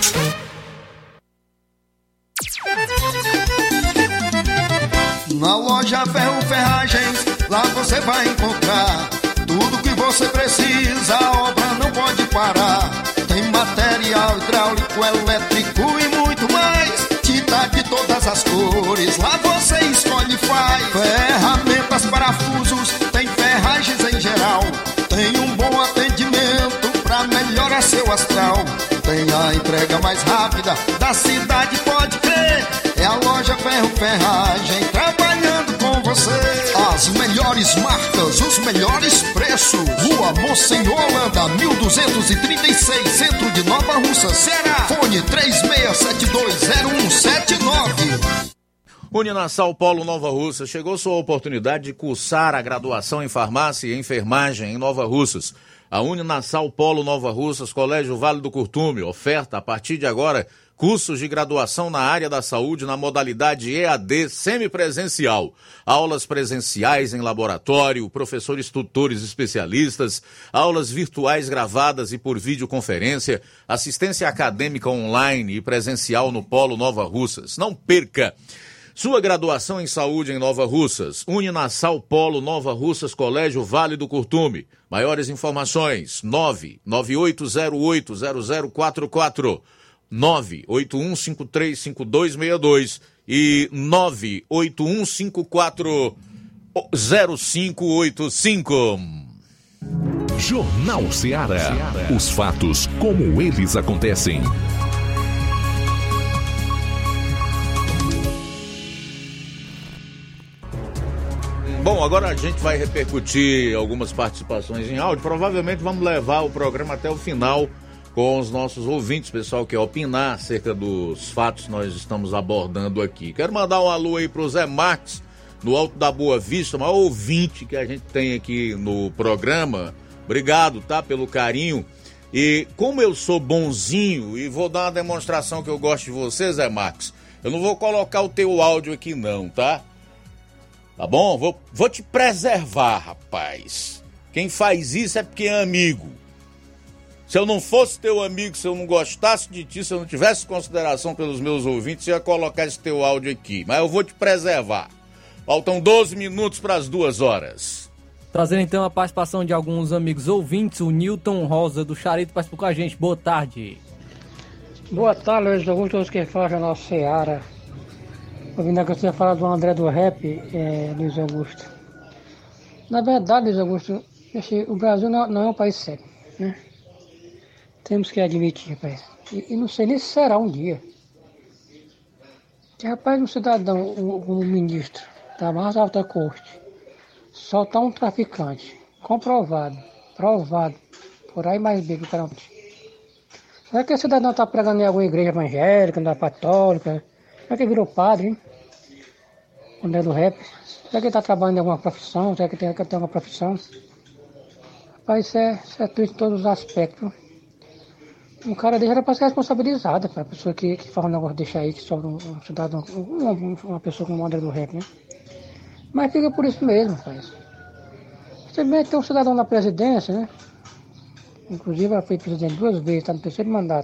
Na loja Ferro Ferragens, lá você vai encontrar tudo que você precisa, a obra não pode parar. Tem material hidráulico, elétrico e muito mais. Tinta de todas as cores, lá você escolhe e faz. Ferramentas, parafusos, tem ferragens em geral. Tem um bom atendimento pra melhorar seu astral. Tem a entrega mais rápida da cidade, pode crer. É a loja Ferro Ferragem trabalhando com você. As melhores marcas, os melhores preços. Rua Monsenhor Holanda, mil duzentos e trinta e seis, centro de Nova Russa, Ceará. Fone três seis sete dois, zero um sete nove. Uninasal Polo Nova Russa. Chegou sua oportunidade de cursar a graduação em farmácia e enfermagem em Nova Russas. A Uninasal Polo Nova Russas, Colégio Vale do Curtume, oferta a partir de agora cursos de graduação na área da saúde na modalidade E A D semipresencial. Aulas presenciais em laboratório, professores tutores especialistas, aulas virtuais gravadas e por videoconferência, assistência acadêmica online e presencial no Polo Nova Russas. Não perca! Sua graduação em saúde em Nova Russas. Uninasal Polo Nova Russas, Colégio Vale do Curtume. Maiores informações: nove nove oito zero oito zero zero quatro quatro. nove oito um cinco três cinco dois seis dois e nove oito um cinco quatro zero cinco oito cinco. Jornal Ceará. Os fatos como eles acontecem. Bom, agora a gente vai repercutir algumas participações em áudio. Provavelmente vamos levar o programa até o final com os nossos ouvintes, pessoal que quer opinar acerca dos fatos que nós estamos abordando aqui. Quero mandar um alô aí pro Zé Marques, no Alto da Boa Vista, o maior ouvinte que a gente tem aqui no programa. Obrigado, tá, pelo carinho. E como eu sou bonzinho e vou dar uma demonstração que eu gosto de você, Zé Marques, eu não vou colocar o teu áudio aqui não, tá? Tá bom? Vou, vou te preservar, rapaz. Quem faz isso é porque é amigo. Se eu não fosse teu amigo, se eu não gostasse de ti, se eu não tivesse consideração pelos meus ouvintes, eu ia colocar esse teu áudio aqui. Mas eu vou te preservar. Faltam doze minutos para as duas horas. Trazendo então a participação de alguns amigos ouvintes, o Newton Rosa do Charito participou com a gente. Boa tarde. Boa tarde, Luiz Augusto, que faz a nossa Seara. Ouvindo que você ia falar do André do Rap, é, Luiz Augusto. Na verdade, Luiz Augusto, o Brasil não, não é um país sério, né? Temos que admitir, rapaz. E, e não sei nem se será um dia. Que, rapaz, um cidadão, um, um ministro da mais alta corte, soltar um traficante, comprovado, provado, por aí mais bem que o cara não. Será que esse cidadão está pregando em alguma igreja evangélica, da católica? Será que ele virou padre, hein? Quando é do rap? Será que ele está trabalhando em alguma profissão? Será que tem, que tem alguma profissão? Rapaz, isso é, isso é triste em todos os aspectos. Um cara dele era para ser responsabilizado, a pessoa que, que faz um negócio desse aí, que sobra um, um cidadão, uma, uma pessoa com o André do rap, né? Mas fica por isso mesmo, rapaz. Você vê que tem um cidadão na presidência, né? Inclusive ela foi presidente duas vezes, está no terceiro mandato.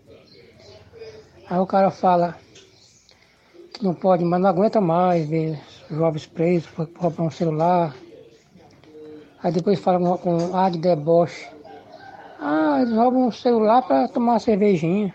Aí o cara fala que não pode, mas não aguenta mais ver jovens presos por roubar um celular. Aí depois fala com, com ar de deboche. Ah, eles roubam um celular para tomar uma cervejinha.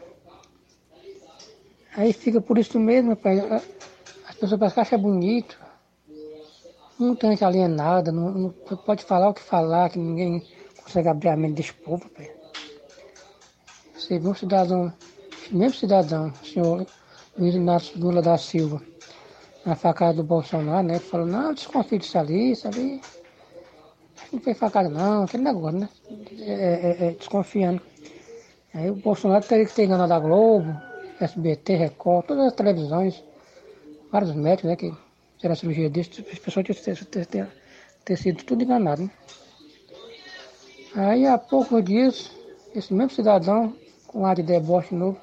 Aí fica por isso mesmo, rapaz. As pessoas parecem que acham bonito. Não tem gente alienada, não, não pode falar o que falar, que ninguém consegue abrir a mente desse povo, rapaz. Você vê um cidadão, mesmo cidadão, o senhor Luiz Inácio Lula da Silva, na facada do Bolsonaro, né? Que falou, não, desconfio disso ali, isso ali. Não foi facada não, aquele negócio, né? É, é, é, desconfiando. Aí o Bolsonaro teria que ter enganado a Globo, S B T, Record, todas as televisões, vários médicos, né? Que fizeram a cirurgia desse, as pessoas tinham ter, ter, ter sido tudo enganado, né? Aí há poucos dias, esse mesmo cidadão, com ar de deboche novo,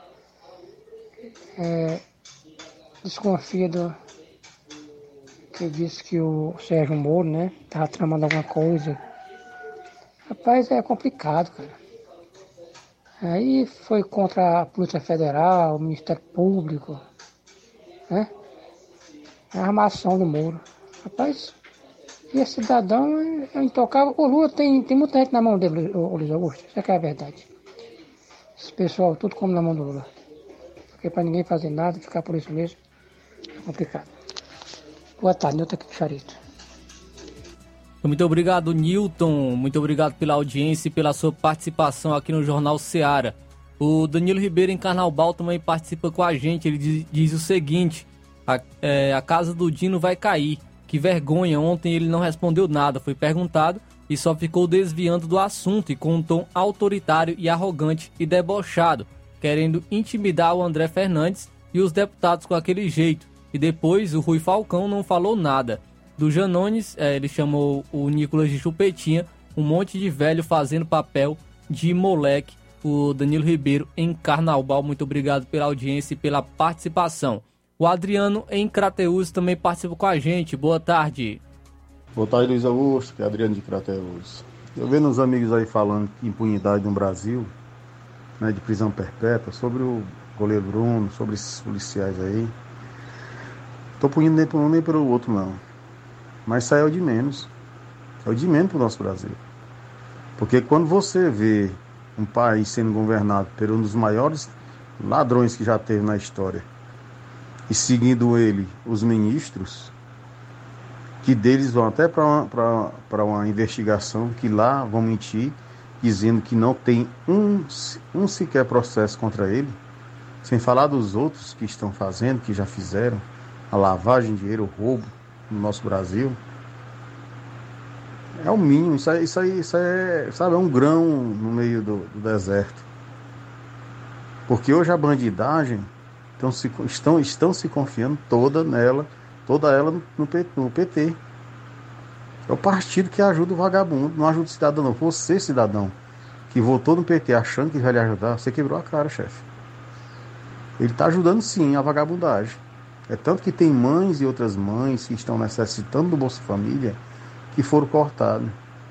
é, desconfia do que disse que o Sérgio Moro, né, estava tramando alguma coisa. Rapaz, é complicado, cara. Aí foi contra a Polícia Federal, o Ministério Público, né? A armação do Moro. Rapaz, e esse cidadão é intocável. O Lula tem, tem muita gente na mão dele, o Luiz Augusto. Isso é que é a verdade. Esse pessoal, tudo como na mão do Lula. Porque para ninguém fazer nada, ficar por isso mesmo, é complicado. Boa tarde, Nilton aqui do Charito. Muito obrigado, Nilton. Muito obrigado pela audiência e pela sua participação aqui no Jornal Seara. O Danilo Ribeiro em Carnaubal também participa com a gente. Ele diz, diz o seguinte: a, é, a casa do Dino vai cair. Que vergonha, ontem ele não respondeu nada. Foi perguntado e só ficou desviando do assunto e com um tom autoritário e arrogante e debochado, querendo intimidar o André Fernandes e os deputados com aquele jeito. E depois o Rui Falcão não falou nada. Do Janones, é, ele chamou o Nicolas de chupetinha, um monte de velho fazendo papel de moleque. O Danilo Ribeiro em Carnaubal, muito obrigado pela audiência e pela participação. O Adriano em Crateús também participa com a gente. Boa tarde. Boa tarde, Luiz Augusto, que é Adriano de Crateús. Eu vendo os amigos aí falando de impunidade no Brasil, né, de prisão perpétua, sobre o goleiro Bruno, sobre esses policiais aí. Estou punindo nem por um nem pelo outro, não. Mas isso aí é o de menos. É o de menos para o nosso Brasil. Porque quando você vê um país sendo governado por um dos maiores ladrões que já teve na história, e seguindo ele os ministros, que deles vão até para uma, para uma investigação, que lá vão mentir, dizendo que não tem um, um sequer processo contra ele, sem falar dos outros que estão fazendo, que já fizeram, a lavagem de dinheiro, o roubo no nosso Brasil. É o mínimo, isso aí, isso aí, isso aí é, sabe, é um grão no meio do, do deserto. Porque hoje a bandidagem estão se, estão, estão se confiando toda nela, toda ela no, no P T. É o partido que ajuda o vagabundo, não ajuda o cidadão não. Você, cidadão, que votou no P T achando que vai lhe ajudar, você quebrou a cara, chefe. Ele está ajudando sim a vagabundagem. É tanto que tem mães e outras mães que estão necessitando do Bolsa Família que foram cortados.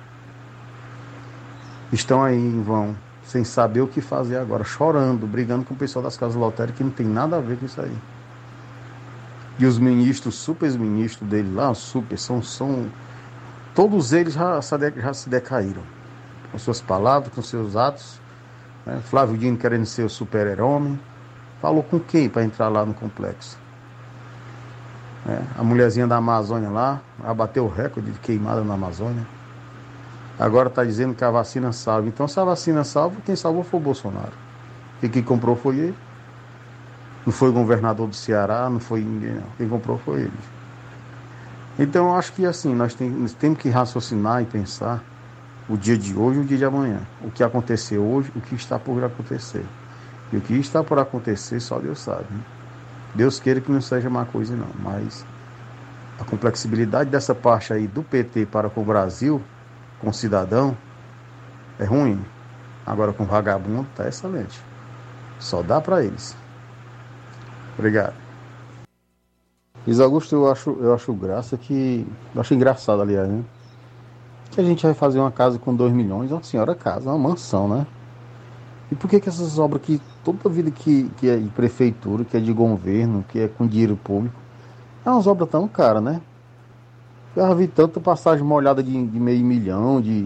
Estão aí em vão, sem saber o que fazer agora, chorando, brigando com o pessoal das casas lotéricas, que não tem nada a ver com isso aí. E os ministros, super ministros dele lá, super, são, são todos eles já, já se decaíram, com suas palavras, com seus atos, né? Flávio Dino querendo ser o super-herói, falou com quem para entrar lá no complexo? É, a mulherzinha da Amazônia lá, abateu o recorde de queimada na Amazônia. Agora está dizendo que a vacina salva. Então, se a vacina salva, quem salvou foi o Bolsonaro. E quem comprou foi ele. Não foi o governador do Ceará, não foi ninguém, não. Quem comprou foi ele. Então, eu acho que assim, nós, tem, nós temos que raciocinar e pensar o dia de hoje e o dia de amanhã. O que aconteceu hoje, o que está por acontecer. E o que está por acontecer, só Deus sabe. Né? Deus queira que não seja má coisa, não. Mas a complexibilidade dessa parte aí do P T para com o Brasil, com o cidadão, é ruim. Agora com o vagabundo, tá excelente. Só dá para eles. Obrigado. Luiz Augusto, eu acho, eu acho graça que... Eu acho engraçado, aliás, né? Que a gente vai fazer uma casa com dois milhões, uma senhora casa, uma mansão, né? E por que que essas obras que toda vida que, que é de prefeitura, que é de governo, que é com dinheiro público, é umas obras tão caras, né? Eu já vi tanta passagem molhada de, de meio milhão, de...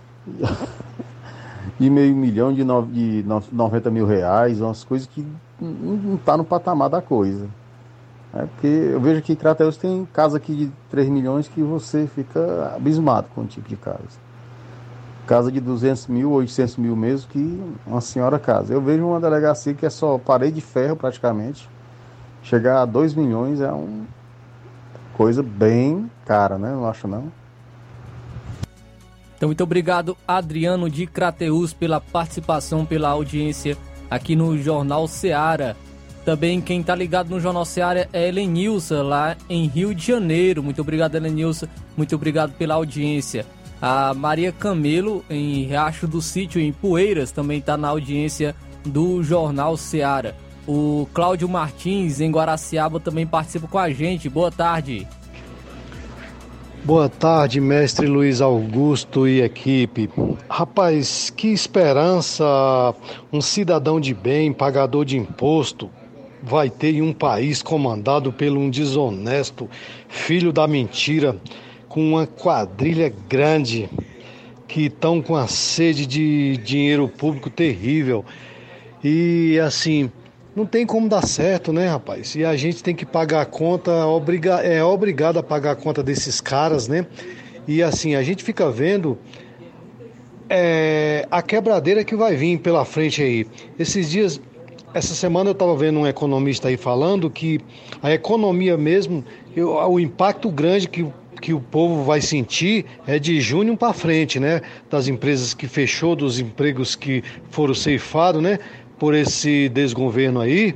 de meio milhão, de, no, de noventa mil reais, umas coisas que não tá no patamar da coisa. É porque eu vejo que em Crateús tem casa aqui de três milhões que você fica abismado com o tipo de casa. Casa de duzentos mil, oitocentos mil mesmo, que uma senhora casa. Eu vejo uma delegacia que é só parede de ferro praticamente. Chegar a dois milhões é uma coisa bem cara, né? Não acho não. Então, muito obrigado, Adriano de Crateús, pela participação, pela audiência aqui no Jornal Seara. Também quem está ligado no Jornal Seara é Helenilson, lá em Rio de Janeiro. Muito obrigado, Helenilson. Muito obrigado pela audiência. A Maria Camelo, em Riacho do Sítio, em Poeiras, também está na audiência do Jornal Seara. O Cláudio Martins, em Guaraciaba, também participa com a gente. Boa tarde. Boa tarde, mestre Luiz Augusto e equipe. Rapaz, que esperança um cidadão de bem, pagador de imposto, vai ter em um país comandado por um desonesto, filho da mentira, com uma quadrilha grande, que estão com a sede de dinheiro público terrível. E assim, não tem como dar certo, né, rapaz? E a gente tem que pagar a conta, obriga, é obrigado a pagar a conta desses caras, né? E assim, a gente fica vendo é, a quebradeira que vai vir pela frente aí. Esses dias, essa semana eu estava vendo um economista aí falando que a economia mesmo, eu, o impacto grande que, que o povo vai sentir é de junho para frente, né? Das empresas que fechou, dos empregos que foram ceifados, né? Por esse desgoverno aí,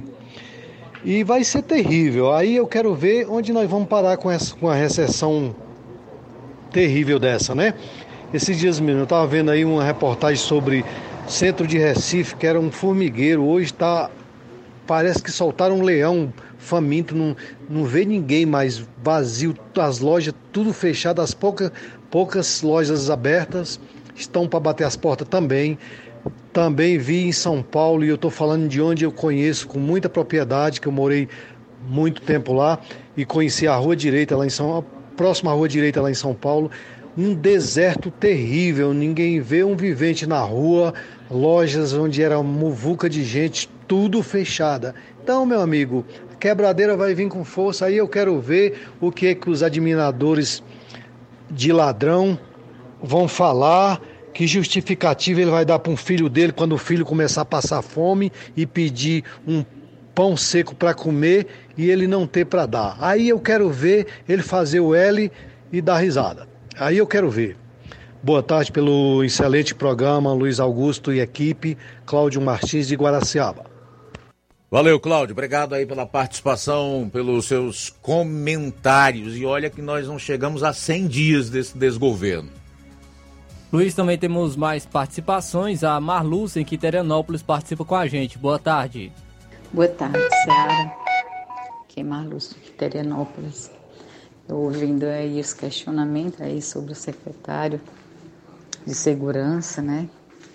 e vai ser terrível. Aí eu quero ver onde nós vamos parar com, essa, com a recessão terrível dessa, né? Esses dias mesmo, eu estava vendo aí uma reportagem sobre centro de Recife, que era um formigueiro, hoje tá, parece que soltaram um leão faminto, não, não vê ninguém mais, vazio, as lojas tudo fechadas, as poucas, poucas lojas abertas estão para bater as portas também. Também vi em São Paulo, e eu estou falando de onde eu conheço com muita propriedade, que eu morei muito tempo lá, e conheci a Rua Direita lá em São Paulo, a próxima Rua Direita lá em São Paulo, um deserto terrível, ninguém vê um vivente na rua, lojas onde era muvuca de gente, tudo fechada. Então, meu amigo, a quebradeira vai vir com força, aí eu quero ver o que é que os admiradores de ladrão vão falar. Que justificativa ele vai dar para um filho dele quando o filho começar a passar fome e pedir um pão seco para comer e ele não ter para dar. Aí eu quero ver ele fazer o L e dar risada. Aí eu quero ver. Boa tarde pelo excelente programa, Luiz Augusto e equipe, Cláudio Martins de Guaraciaba. Valeu, Cláudio. Obrigado aí pela participação, pelos seus comentários. E olha que nós não chegamos a cem dias desse desgoverno. Luiz, também temos mais participações. A Marlúcia, em Quiterianópolis, participa com a gente. Boa tarde. Boa tarde, Seara. Aqui é Marlúcia, de Quiterianópolis. Estou ouvindo aí os questionamentos aí sobre o secretário de Segurança, né?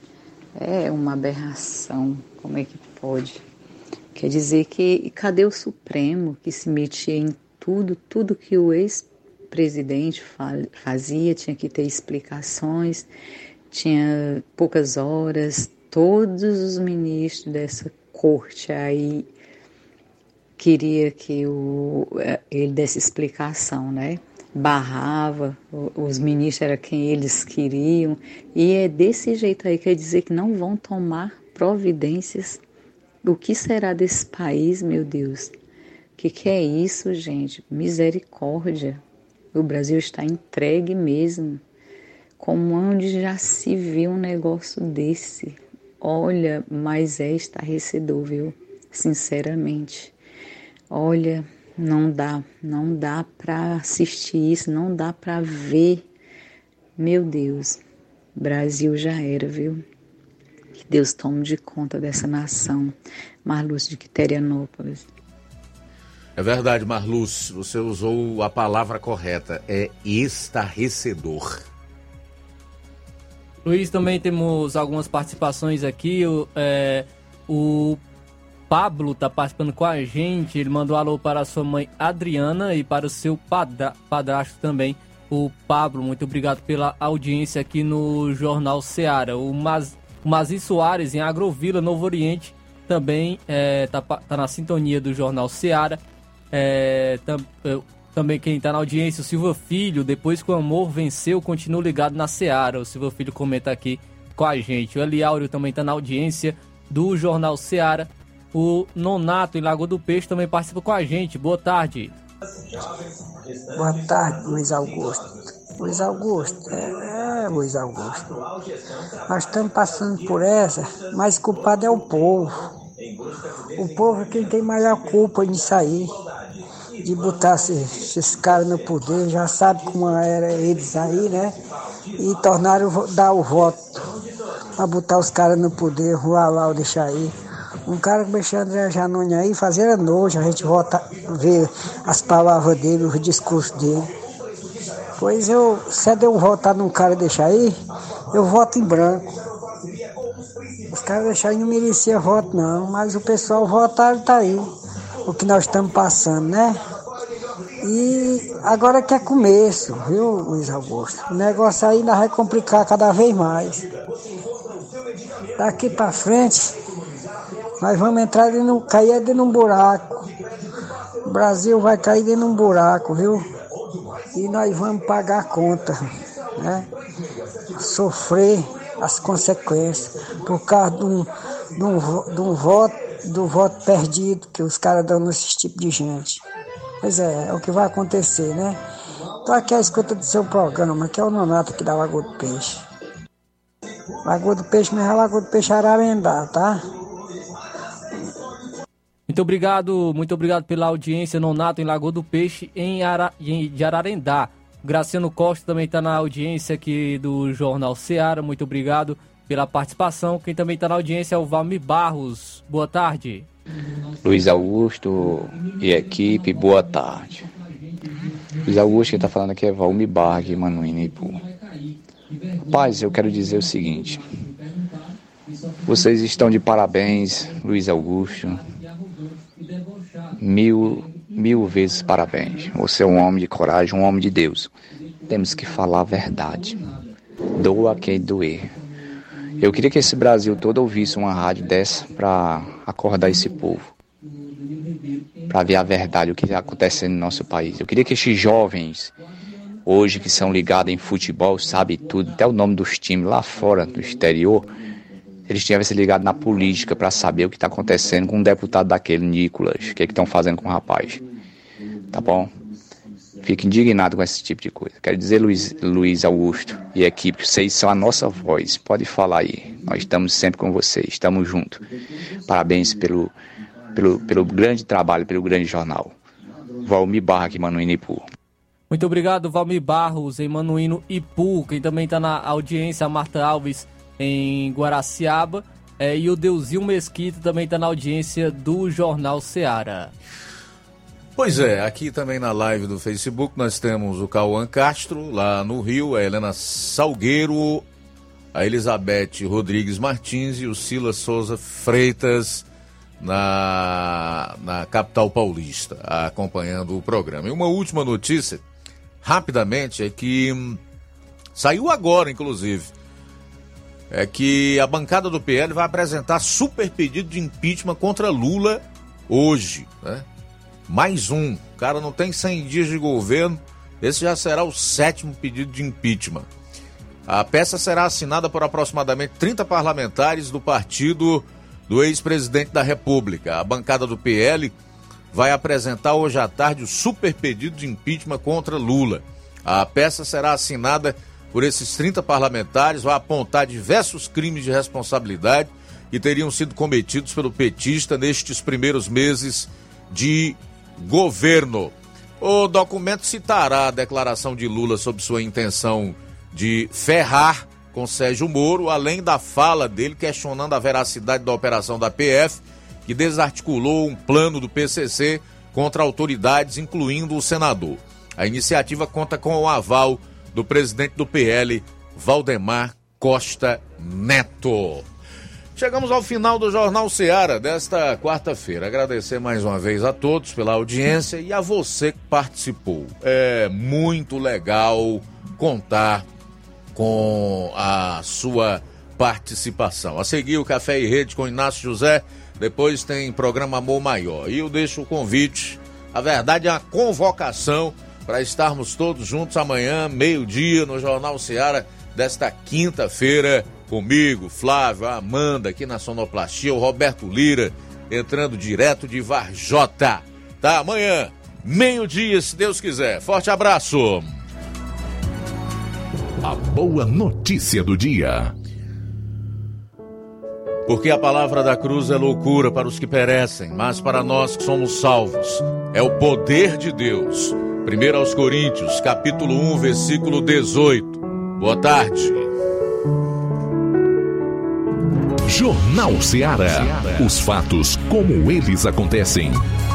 É uma aberração. Como é que pode? Quer dizer que, cadê o Supremo que se metia em tudo, tudo que o ex presidente fazia, tinha que ter explicações, tinha poucas horas, todos os ministros dessa corte aí queria que o, ele desse explicação, né? Barrava, os ministros eram quem eles queriam, e é desse jeito aí, quer dizer que não vão tomar providências. O que será desse país, meu Deus? O que, que é isso, gente? Misericórdia. O Brasil está entregue mesmo. Como onde já se viu um negócio desse? Olha, mas é estarrecedor, viu? Sinceramente. Olha, não dá, não dá para assistir isso, não dá para ver. Meu Deus, Brasil já era, viu? Que Deus tome de conta dessa nação. Marlúcio de Quiterianópolis. É verdade, Marlúcio, você usou a palavra correta, é estarrecedor. Luiz, também temos algumas participações aqui, o, é, o Pablo está participando com a gente, ele mandou um alô para a sua mãe Adriana e para o seu padra, padrasto também, o Pablo. Muito obrigado pela audiência aqui no Jornal Seara. O, Maz, o Mazi Soares, em Agrovila, Novo Oriente, também está é, tá na sintonia do Jornal Seara. É, tam, é, também quem está na audiência, o Silva Filho, depois que o amor venceu, continua ligado na Seara. O Silva Filho comenta aqui com a gente. O Eliáureo também está na audiência do Jornal Seara. O Nonato, em Lagoa do Peixe, também participa com a gente. Boa tarde. Boa tarde, Luiz Augusto. Luiz Augusto, é, é Luiz Augusto. Nós estamos passando por essa, mas culpado é o povo. O povo é quem tem mais a culpa nisso aí, de botar esses, esses caras no poder, já sabe como era eles aí, né? E tornaram dar o voto para botar os caras no poder, voar lá ou deixar aí. Um cara como o André Janone aí fazia nojo, a gente vota, ver as palavras dele, os discursos dele. Pois eu, se é de eu votar num cara e deixar aí, eu voto em branco. Os caras deixaram não merecia voto não, mas o pessoal votaram, tá aí. O que nós estamos passando, né? E agora que é começo, viu, Luiz Augusto? O negócio aí ainda vai complicar cada vez mais. Daqui pra frente, nós vamos entrar dentro, cair dentro de um buraco. O Brasil vai cair dentro de um buraco, viu? E nós vamos pagar a conta, né? Sofrer as consequências por causa de um, de um, de um voto, do voto perdido que os caras dão nesse tipo de gente. Pois é, é o que vai acontecer, né? Tô aqui à escuta do seu programa, que é o Nonato aqui da Lagoa do Peixe. Lagoa do Peixe, mas é Lagoa do Peixe Ararendá, tá? Muito obrigado, muito obrigado pela audiência, Nonato, em Lagoa do Peixe, em Ara, em, de Ararendá. Graciano Costa também está na audiência aqui do Jornal Seara, muito obrigado pela participação. Quem também está na audiência é o Valmir Barros. Boa tarde. Luiz Augusto e equipe, boa tarde. Luiz Augusto, quem está falando aqui é Valmir Barros, de Manoína, Ipu. Rapaz, eu quero dizer o seguinte. Vocês estão de parabéns, Luiz Augusto. Mil, mil vezes parabéns. Você é um homem de coragem, um homem de Deus. Temos que falar a verdade. Doa quem doer. Eu queria que esse Brasil todo ouvisse uma rádio dessa para acordar esse povo. Para ver a verdade, o que está acontecendo no nosso país. Eu queria que esses jovens, hoje que são ligados em futebol, sabem tudo, até o nome dos times lá fora, no exterior, eles tivessem ligado na política para saber o que está acontecendo com um deputado daquele, Nicolas, o que estão fazendo com o rapaz. Tá bom? Fico indignado com esse tipo de coisa. Quero dizer, Luiz, Luiz Augusto e equipe, vocês são a nossa voz. Pode falar aí. Nós estamos sempre com vocês, estamos juntos. Parabéns pelo, pelo, pelo grande trabalho, pelo grande jornal. Valmir Barros aqui, Manoína, Ipu. Muito obrigado, Valmir Barros, em Manoíno, Ipu. Quem também está na audiência, a Marta Alves, em Guaraciaba. É, e o Deusil Mesquita também está na audiência do Jornal Seara. Pois é, aqui também na live do Facebook nós temos o Cauã Castro, lá no Rio, a Helena Salgueiro, a Elizabeth Rodrigues Martins e o Silas Souza Freitas na, na capital paulista, acompanhando o programa. E uma última notícia, rapidamente, é que hum, saiu agora, inclusive, é que a bancada do P L vai apresentar super pedido de impeachment contra Lula hoje, né? Mais um. O cara não tem cem dias de governo, esse já será o sétimo pedido de impeachment. A peça será assinada por aproximadamente trinta parlamentares do partido do ex-presidente da República. A bancada do P L vai apresentar hoje à tarde o super pedido de impeachment contra Lula. A peça será assinada por esses trinta parlamentares, vai apontar diversos crimes de responsabilidade que teriam sido cometidos pelo petista nestes primeiros meses de governo. O documento citará a declaração de Lula sobre sua intenção de ferrar com Sérgio Moro, além da fala dele questionando a veracidade da operação da P F, que desarticulou um plano do P C C contra autoridades, incluindo o senador. A iniciativa conta com o aval do presidente do P L, Valdemar Costa Neto. Chegamos ao final do Jornal Seara desta quarta-feira. Agradecer mais uma vez a todos pela audiência e a você que participou. É muito legal contar com a sua participação. A seguir, o Café e Rede com Inácio José, depois tem programa Amor Maior. E eu deixo o convite, a verdade é uma convocação para estarmos todos juntos amanhã, meio-dia, no Jornal Seara desta quinta-feira, comigo, Flávio, a Amanda aqui na Sonoplastia, o Roberto Lira entrando direto de Varjota. Tá, amanhã, meio-dia, se Deus quiser. Forte abraço! A boa notícia do dia. Porque a palavra da cruz é loucura para os que perecem, mas para nós que somos salvos, é o poder de Deus. primeiro aos Coríntios, capítulo um, versículo dezoito. Boa tarde. Jornal Seara. Os fatos como eles acontecem.